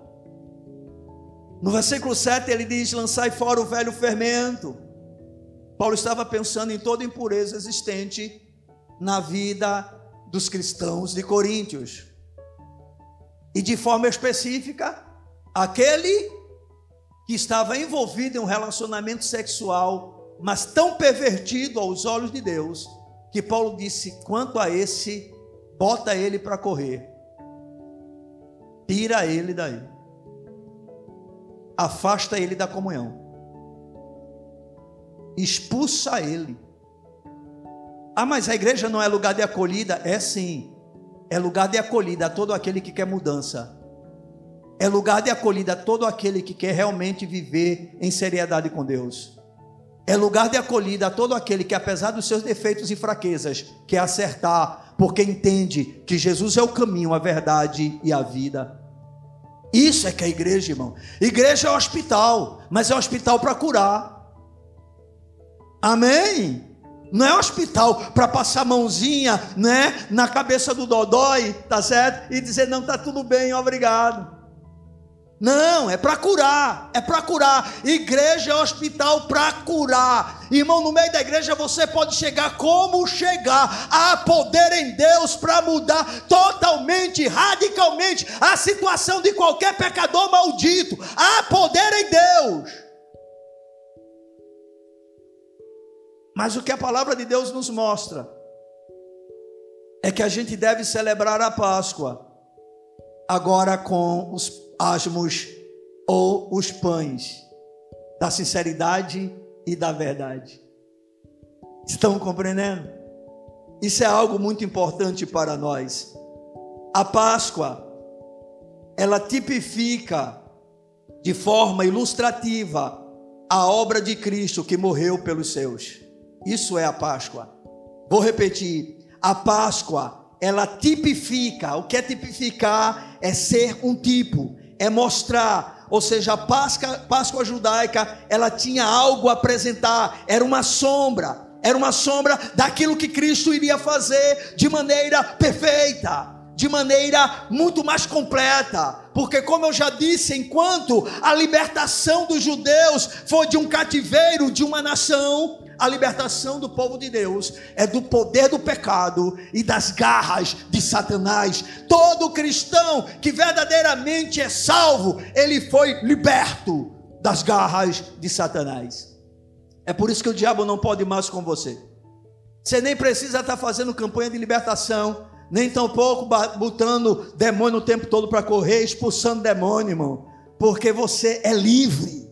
No versículo sete ele diz: lançai fora o velho fermento. Paulo estava pensando em toda impureza existente na vida dos cristãos de Coríntios. E de forma específica, aquele que estava envolvido em um relacionamento sexual, mas tão pervertido aos olhos de Deus, que Paulo disse: quanto a esse, bota ele para correr, tira ele daí, afasta ele da comunhão, expulsa ele. Ah, mas a igreja não é lugar de acolhida? É sim, é lugar de acolhida a todo aquele que quer mudança, é lugar de acolhida a todo aquele que quer realmente viver em seriedade com Deus, é lugar de acolhida a todo aquele que, apesar dos seus defeitos e fraquezas, quer acertar, porque entende que Jesus é o caminho, a verdade e a vida. Isso é que é a igreja, irmão. Igreja é hospital, mas é hospital para curar. Amém? Não é hospital para passar mãozinha, né, na cabeça do dodói, tá certo? E dizer: não, tá tudo bem, obrigado. Não, é para curar, é para curar. Igreja é hospital para curar. Irmão, no meio da igreja você pode chegar como chegar. Há poder em Deus para mudar totalmente, radicalmente a situação de qualquer pecador maldito. Há poder em Deus. Mas o que a palavra de Deus nos mostra é que a gente deve celebrar a Páscoa agora com os asmos ou os pães da sinceridade e da verdade. Estão compreendendo? Isso é algo muito importante para nós. A Páscoa, ela tipifica de forma ilustrativa a obra de Cristo que morreu pelos seus. Isso é a Páscoa. Vou repetir: a Páscoa, ela tipifica. O que é tipificar? É ser um tipo, é mostrar. Ou seja, a Páscoa, Páscoa judaica, ela tinha algo a apresentar, era uma sombra, era uma sombra daquilo que Cristo iria fazer de maneira perfeita, de maneira muito mais completa, porque, como eu já disse, enquanto a libertação dos judeus foi de um cativeiro, de uma nação, a libertação do povo de Deus é do poder do pecado e das garras de Satanás. Todo cristão que verdadeiramente é salvo, ele foi liberto das garras de Satanás. É por isso que o diabo não pode mais com você. Você nem precisa estar fazendo campanha de libertação, nem tampouco botando demônio o tempo todo para correr, expulsando demônio, irmão, porque você é livre.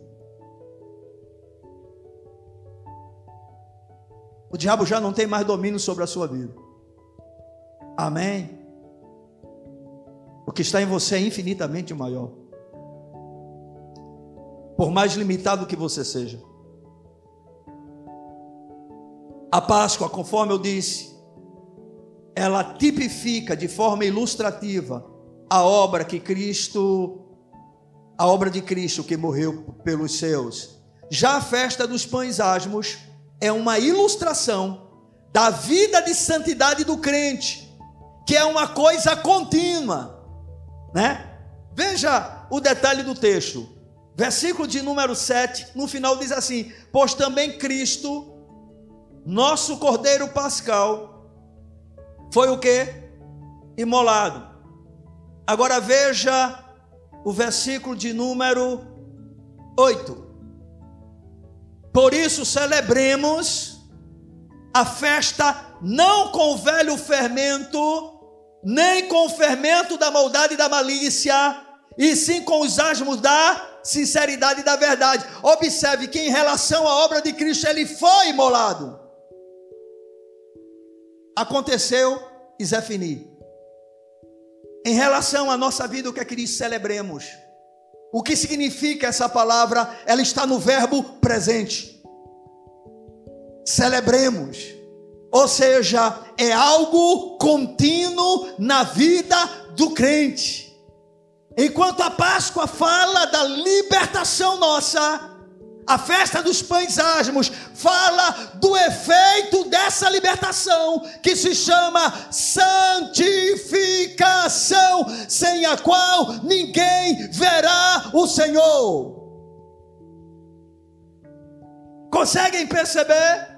O diabo já não tem mais domínio sobre a sua vida. Amém? O que está em você é infinitamente maior, por mais limitado que você seja. A Páscoa, conforme eu disse, ela tipifica de forma ilustrativa a obra que Cristo, a obra de Cristo que morreu pelos seus. Já a festa dos pães asmos é uma ilustração da vida de santidade do crente, que é uma coisa contínua, né? Veja o detalhe do texto, versículo de número sete, no final diz assim: pois também Cristo, nosso Cordeiro Pascal, foi o que? Imolado. Agora veja o versículo de número oito. Por isso celebremos a festa não com o velho fermento, nem com o fermento da maldade e da malícia, e sim com os asmos da sinceridade e da verdade. Observe que em relação à obra de Cristo, ele foi imolado. Aconteceu e Zé Fini. Em relação à nossa vida, o que é que diz? Celebremos. O que significa essa palavra? Ela está no verbo presente. Celebremos. Ou seja, é algo contínuo na vida do crente. Enquanto a Páscoa fala da libertação nossa, a festa dos pães asmos fala do efeito dessa libertação, que se chama santificação, sem a qual ninguém verá o Senhor. Conseguem perceber?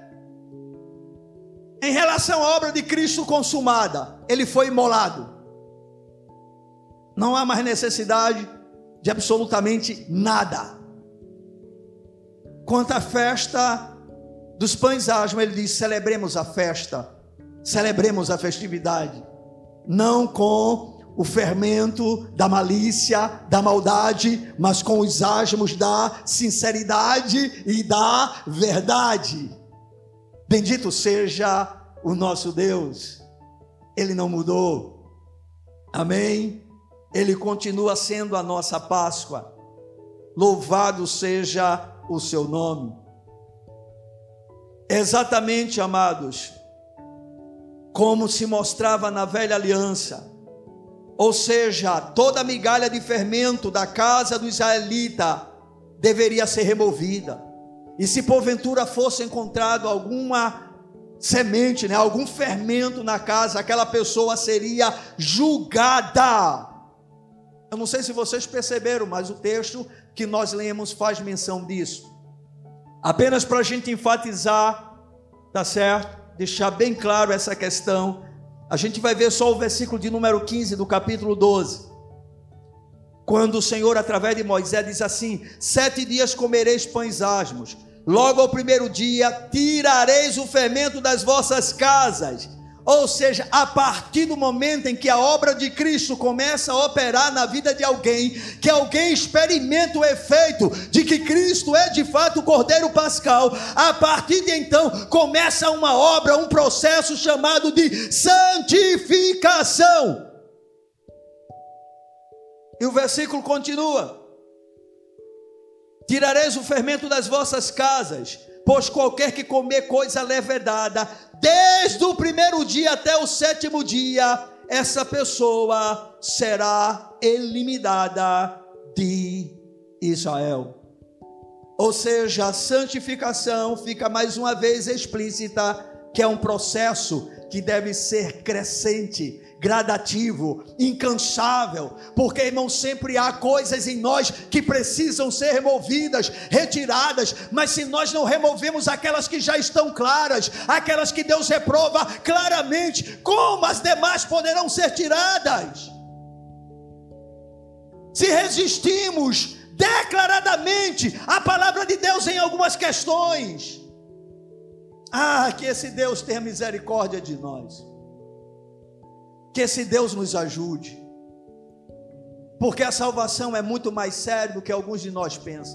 Em relação à obra de Cristo consumada, ele foi imolado. Não há mais necessidade de absolutamente nada. Quanto à festa dos pães asmos, ele diz: celebremos a festa, celebremos a festividade, não com o fermento da malícia, da maldade, mas com os asmos da sinceridade e da verdade. Bendito seja o nosso Deus, Ele não mudou, amém? Ele continua sendo a nossa Páscoa, louvado seja o seu nome. Exatamente, amados, como se mostrava na velha aliança, ou seja, toda migalha de fermento da casa do israelita deveria ser removida, e se porventura fosse encontrado alguma semente, né, algum fermento na casa, aquela pessoa seria julgada. Eu não sei se vocês perceberam, mas o texto que nós lemos faz menção disso. Apenas para a gente enfatizar, tá certo? Deixar bem claro essa questão, a gente vai ver só o versículo de número quinze do capítulo doze, quando o Senhor, através de Moisés, diz assim: sete dias comereis pães asmos, logo ao primeiro dia tirareis o fermento das vossas casas. Ou seja, a partir do momento em que a obra de Cristo começa a operar na vida de alguém, que alguém experimenta o efeito de que Cristo é de fato o Cordeiro Pascal, a partir de então começa uma obra, um processo chamado de santificação. E o versículo continua: tirareis o fermento das vossas casas, pois qualquer que comer coisa levedada, desde o primeiro dia até o sétimo dia, essa pessoa será eliminada de Israel. Ou seja, a santificação fica mais uma vez explícita, que é um processo que deve ser crescente, gradativo, incansável, porque, irmão, sempre há coisas em nós que precisam ser removidas, retiradas, mas se nós não removemos aquelas que já estão claras, aquelas que Deus reprova claramente, como as demais poderão ser tiradas? Se resistimos declaradamente à palavra de Deus em algumas questões, ah, que esse Deus tenha misericórdia de nós. Que esse Deus nos ajude, porque a salvação é muito mais séria do que alguns de nós pensam.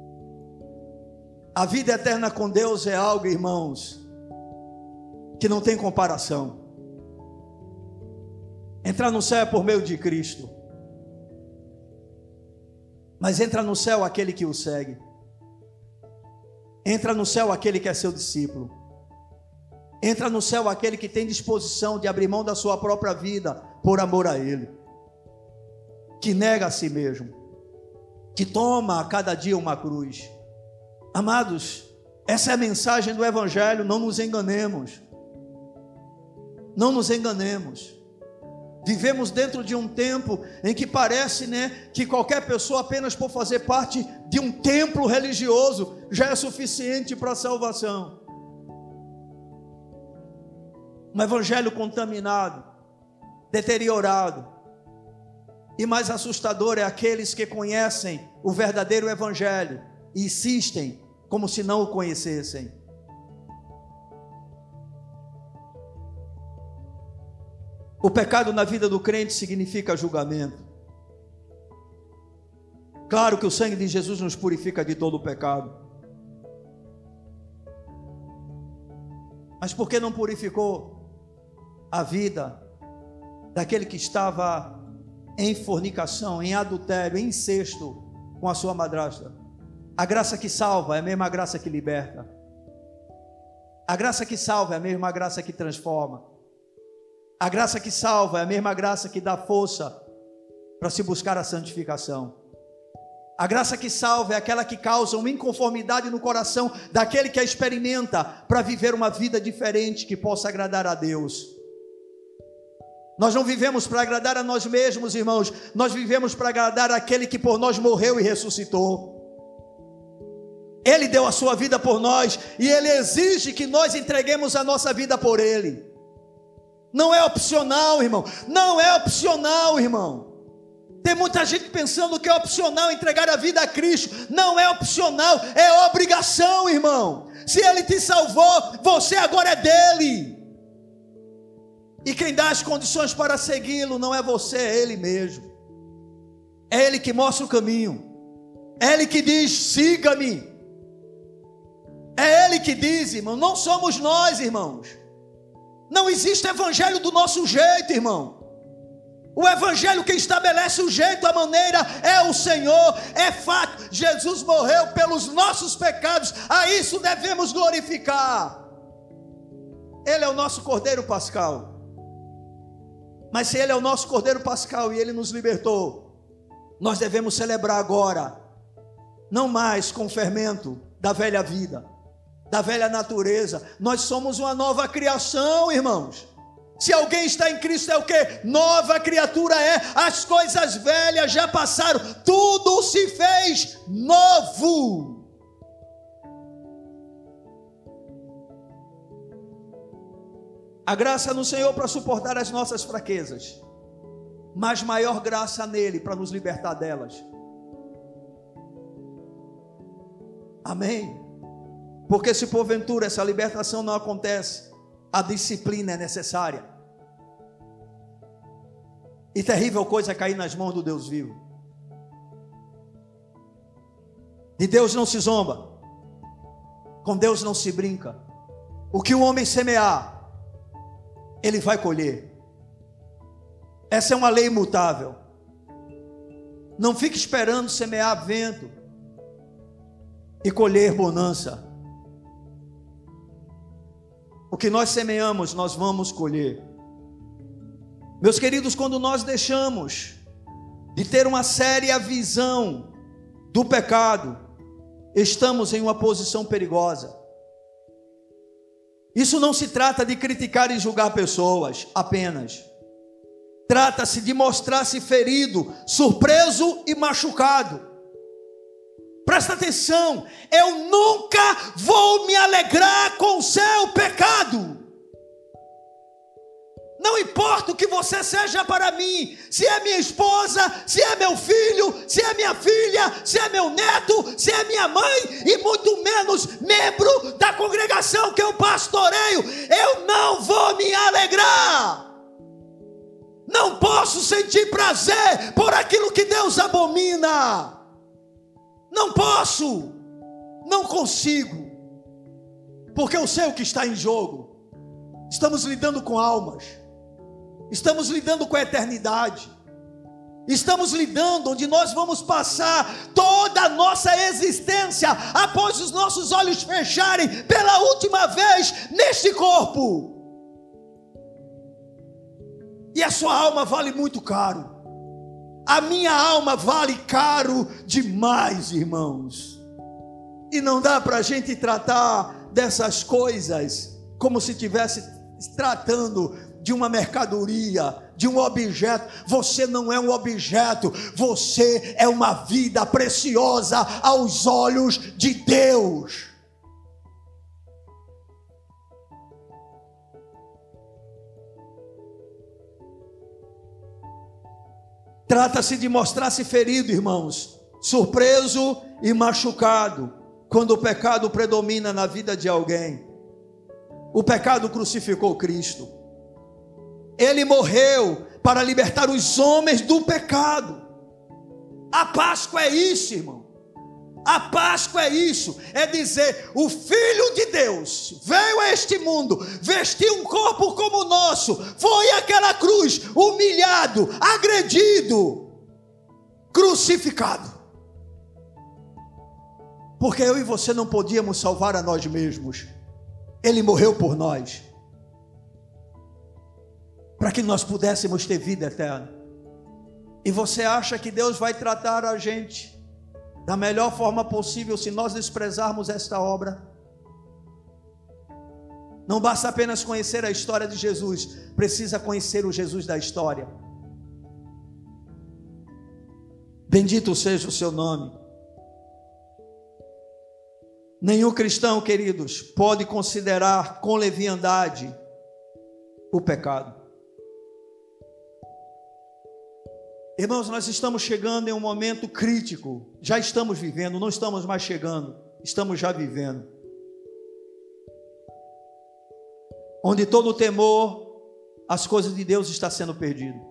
A vida eterna com Deus é algo, irmãos, que não tem comparação. Entrar no céu é por meio de Cristo, mas entra no céu aquele que o segue, entra no céu aquele que é seu discípulo. Entra no céu aquele que tem disposição de abrir mão da sua própria vida por amor a Ele, que nega a si mesmo, que toma a cada dia uma cruz. Amados, essa é a mensagem do Evangelho, não nos enganemos, não nos enganemos. Vivemos dentro de um tempo em que parece, né, que qualquer pessoa apenas por fazer parte de um templo religioso já é suficiente para a salvação. Um evangelho contaminado, deteriorado, e mais assustador é aqueles que conhecem o verdadeiro evangelho e insistem como se não o conhecessem. O pecado na vida do crente significa julgamento. Claro que o sangue de Jesus nos purifica de todo o pecado, mas por que não purificou a vida daquele que estava em fornicação, em adultério, em incesto com a sua madrasta? A graça que salva é a mesma graça que liberta. A graça que salva é a mesma graça que transforma. A graça que salva é a mesma graça que dá força para se buscar a santificação. A graça que salva é aquela que causa uma inconformidade no coração daquele que a experimenta para viver uma vida diferente que possa agradar a Deus. Nós não vivemos para agradar a nós mesmos, irmãos, nós vivemos para agradar aquele que por nós morreu e ressuscitou. Ele deu a sua vida por nós e Ele exige que nós entreguemos a nossa vida por Ele. Não é opcional, irmão, não é opcional, irmão. Tem muita gente pensando que é opcional entregar a vida a Cristo. Não é opcional, é obrigação, irmão. Se Ele te salvou, você agora é dele. E quem dá as condições para segui-lo não é você, é Ele mesmo. É Ele que mostra o caminho. É Ele que diz, siga-me. É Ele que diz, irmão, não somos nós, irmãos. Não existe evangelho do nosso jeito, irmão. O evangelho que estabelece o jeito, a maneira, é o Senhor, é fato. Jesus morreu pelos nossos pecados, a isso devemos glorificar. Ele é o nosso Cordeiro Pascal. Mas se Ele é o nosso Cordeiro Pascal e Ele nos libertou, nós devemos celebrar agora, não mais com o fermento da velha vida, da velha natureza. Nós somos uma nova criação, irmãos. Se alguém está em Cristo é o que? Nova criatura é. As coisas velhas já passaram, tudo se fez novo. A graça no Senhor para suportar as nossas fraquezas, mas maior graça nele para nos libertar delas. Amém? Porque se porventura essa libertação não acontece, a disciplina é necessária. E terrível coisa é cair nas mãos do Deus vivo. De Deus não se zomba, com Deus não se brinca. O que o homem semear, ele vai colher. Essa é uma lei imutável. Não fique esperando semear vento e colher bonança. O que nós semeamos, nós vamos colher. Meus queridos, quando nós deixamos de ter uma séria visão do pecado, estamos em uma posição perigosa. Isso não se trata de criticar e julgar pessoas apenas. Trata-se de mostrar-se ferido, surpreso e machucado. Presta atenção, eu nunca vou me alegrar com o seu pecado. Não importa o que você seja para mim, se é minha esposa, se é meu filho, se é minha filha, se é meu neto, se é minha mãe, e muito menos membro da congregação que eu pastoreio, eu não vou me alegrar. Não posso sentir prazer por aquilo que Deus abomina. Não posso, não consigo, porque eu sei o que está em jogo. Estamos lidando com almas, estamos lidando com a eternidade, estamos lidando onde nós vamos passar toda a nossa existência após os nossos olhos fecharem pela última vez neste corpo. E a sua alma vale muito caro. A minha alma vale caro demais, irmãos. E não dá para a gente tratar dessas coisas como se estivesse tratando de uma mercadoria, de um objeto. Você não é um objeto, você é uma vida preciosa aos olhos de Deus. Trata-se de mostrar-se ferido, irmãos, surpreso e machucado, quando o pecado predomina na vida de alguém. O pecado crucificou Cristo. Ele morreu para libertar os homens do pecado. A Páscoa é isso, irmão. A Páscoa é isso, é dizer, o Filho de Deus veio a este mundo, vestiu um corpo como o nosso, foi àquela cruz, humilhado, agredido, crucificado. Porque eu e você não podíamos salvar a nós mesmos. Ele morreu por nós, para que nós pudéssemos ter vida eterna. E você acha que Deus vai tratar a gente da melhor forma possível se nós desprezarmos esta obra? Não basta apenas conhecer a história de Jesus, precisa conhecer o Jesus da história. Bendito seja o seu nome. Nenhum cristão, queridos, pode considerar com leviandade o pecado. Irmãos, nós estamos chegando em um momento crítico. Já estamos vivendo, não estamos mais chegando, estamos já vivendo. Onde todo o temor, as coisas de Deus está sendo perdido.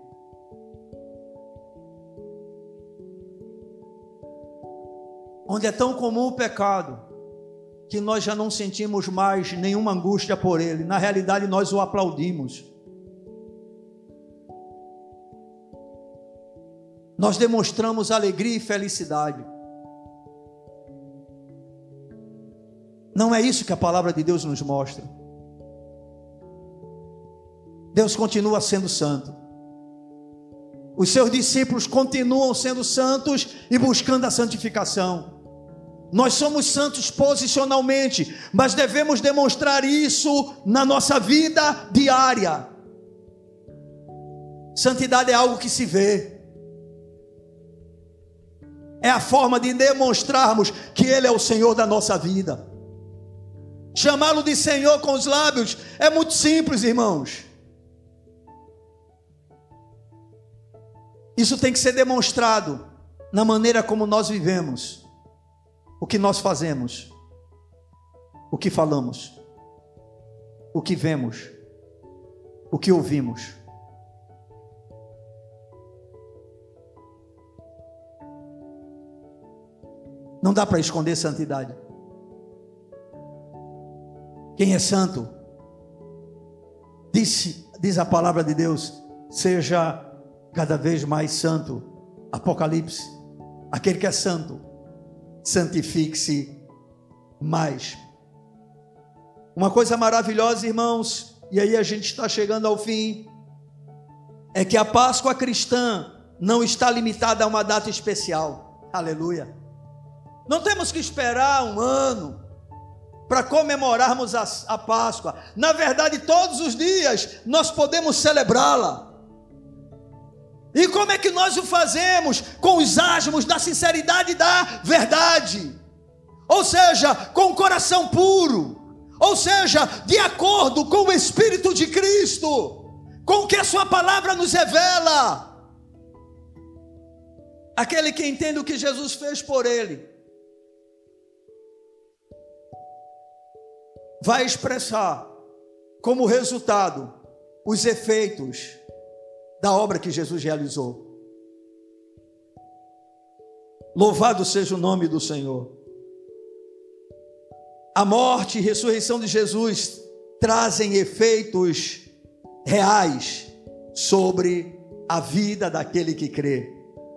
Onde é tão comum o pecado, que nós já não sentimos mais nenhuma angústia por ele. Na realidade, nós o aplaudimos. Nós demonstramos alegria e felicidade. Não é isso que a palavra de Deus nos mostra. Deus continua sendo santo. Os seus discípulos continuam sendo santos e buscando a santificação. Nós somos santos posicionalmente, mas devemos demonstrar isso na nossa vida diária. Santidade é algo que se vê. É a forma de demonstrarmos que Ele é o Senhor da nossa vida. Chamá-lo de Senhor com os lábios é muito simples, irmãos. Isso tem que ser demonstrado na maneira como nós vivemos, o que nós fazemos, o que falamos, o que vemos, o que ouvimos. Não dá para esconder santidade. Quem é santo, diz, diz a palavra de Deus, seja cada vez mais santo. Apocalipse. Aquele que é santo, santifique-se mais. Uma coisa maravilhosa, irmãos, e aí a gente está chegando ao fim, é que a Páscoa cristã não está limitada a uma data especial. Aleluia. Não temos que esperar um ano para comemorarmos a, a Páscoa. Na verdade, todos os dias nós podemos celebrá-la. E como é que nós o fazemos? Com os asmos da sinceridade e da verdade. Ou seja, com o coração puro. Ou seja, de acordo com o Espírito de Cristo, com o que a sua palavra nos revela. Aquele que entende o que Jesus fez por ele, vai expressar como resultado os efeitos da obra que Jesus realizou. Louvado seja o nome do Senhor. A morte e ressurreição de Jesus trazem efeitos reais sobre a vida daquele que crê.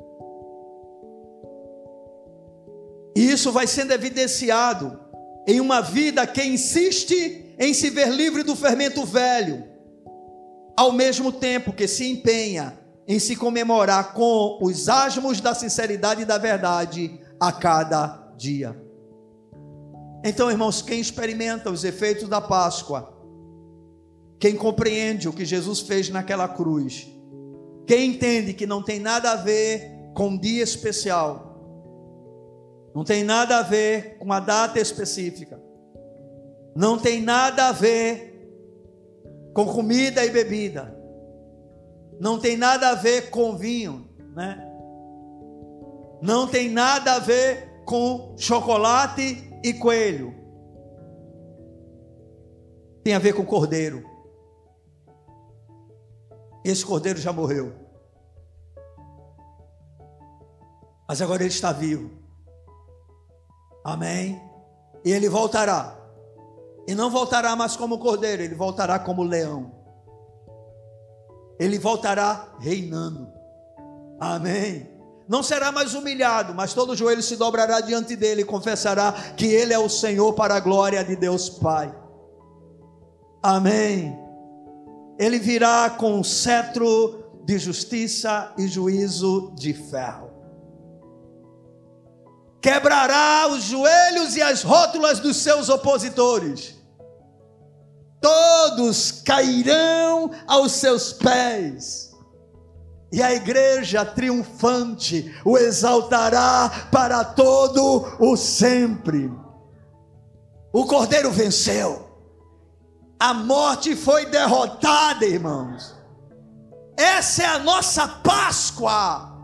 E isso vai sendo evidenciado em uma vida que insiste em se ver livre do fermento velho, ao mesmo tempo que se empenha em se comemorar com os asmos da sinceridade e da verdade a cada dia. Então, irmãos, quem experimenta os efeitos da Páscoa, quem compreende o que Jesus fez naquela cruz, quem entende que não tem nada a ver com um dia especial, não tem nada a ver com uma data específica, não tem nada a ver com comida e bebida, não tem nada a ver com vinho, né? Não tem nada a ver com chocolate e coelho, tem a ver com cordeiro. Esse cordeiro já morreu, mas agora ele está vivo. Amém? E ele voltará. E não voltará mais como cordeiro, ele voltará como leão. Ele voltará reinando. Amém? Não será mais humilhado, mas todo joelho se dobrará diante dele e confessará que ele é o Senhor, para a glória de Deus Pai. Amém? Ele virá com um cetro de justiça e juízo de ferro. Quebrará os joelhos e as rótulas dos seus opositores. Todos cairão aos seus pés. E a igreja triunfante o exaltará para todo o sempre. O Cordeiro venceu. A morte foi derrotada, irmãos. Essa é a nossa Páscoa.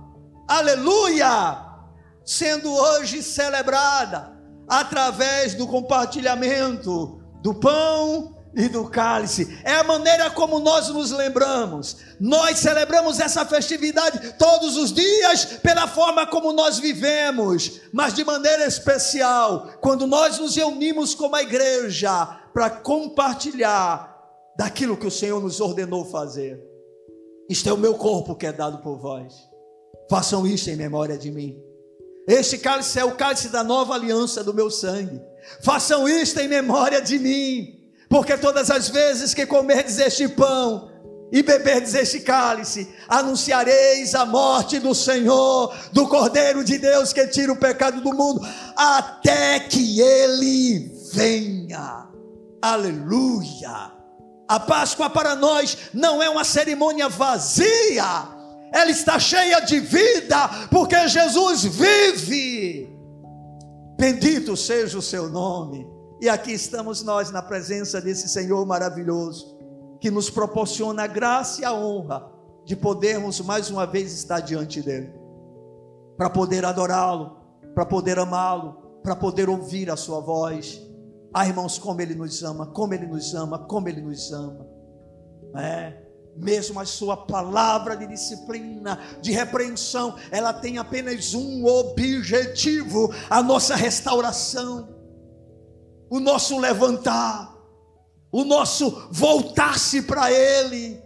aleluia, sendo hoje celebrada através do compartilhamento do pão e do cálice. É a maneira como nós nos lembramos. Nós celebramos essa festividade todos os dias pela forma como nós vivemos, mas de maneira especial quando nós nos reunimos como a igreja para compartilhar daquilo que o Senhor nos ordenou fazer. Isto é o meu corpo que é dado por vós. Façam isto em memória de mim. Este cálice é o cálice da nova aliança do meu sangue. Façam isto em memória de mim. Porque todas as vezes que comerdes este pão e beberdes este cálice, anunciareis a morte do Senhor, do Cordeiro de Deus que tira o pecado do mundo, até que Ele venha. Aleluia! A Páscoa para nós não é uma cerimônia vazia, ela está cheia de vida, porque Jesus vive. Bendito seja o seu nome. E aqui estamos nós na presença desse Senhor maravilhoso, que nos proporciona a graça e a honra de podermos mais uma vez estar diante dele, para poder adorá-lo, para poder amá-lo, para poder ouvir a sua voz. Ah, irmãos, como ele nos ama, como ele nos ama, como ele nos ama. É, mesmo a sua palavra de disciplina, de repreensão, ela tem apenas um objetivo: a nossa restauração, o nosso levantar, o nosso voltar-se para Ele.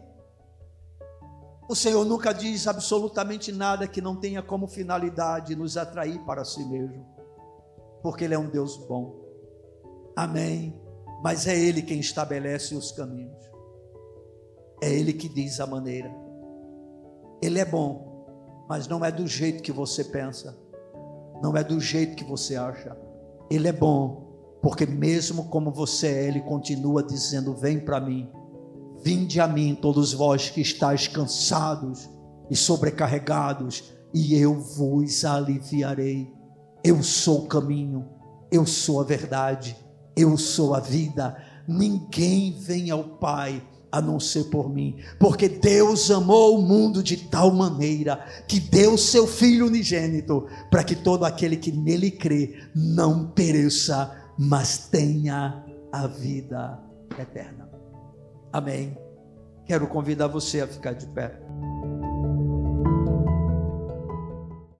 O Senhor nunca diz absolutamente nada que não tenha como finalidade nos atrair para si mesmo, porque Ele é um Deus bom. Amém. Mas é Ele quem estabelece os caminhos, é Ele que diz a maneira. Ele é bom, mas não é do jeito que você pensa, não é do jeito que você acha. Ele é bom, porque mesmo como você é, Ele continua dizendo: vem para mim, vinde a mim todos vós que estáis cansados e sobrecarregados, e eu vos aliviarei. Eu sou o caminho, eu sou a verdade, eu sou a vida. Ninguém vem ao Pai a não ser por mim, porque Deus amou o mundo de tal maneira que deu seu Filho unigênito, para que todo aquele que nele crê não pereça, mas tenha a vida eterna. Amém. Quero convidar você a ficar de pé.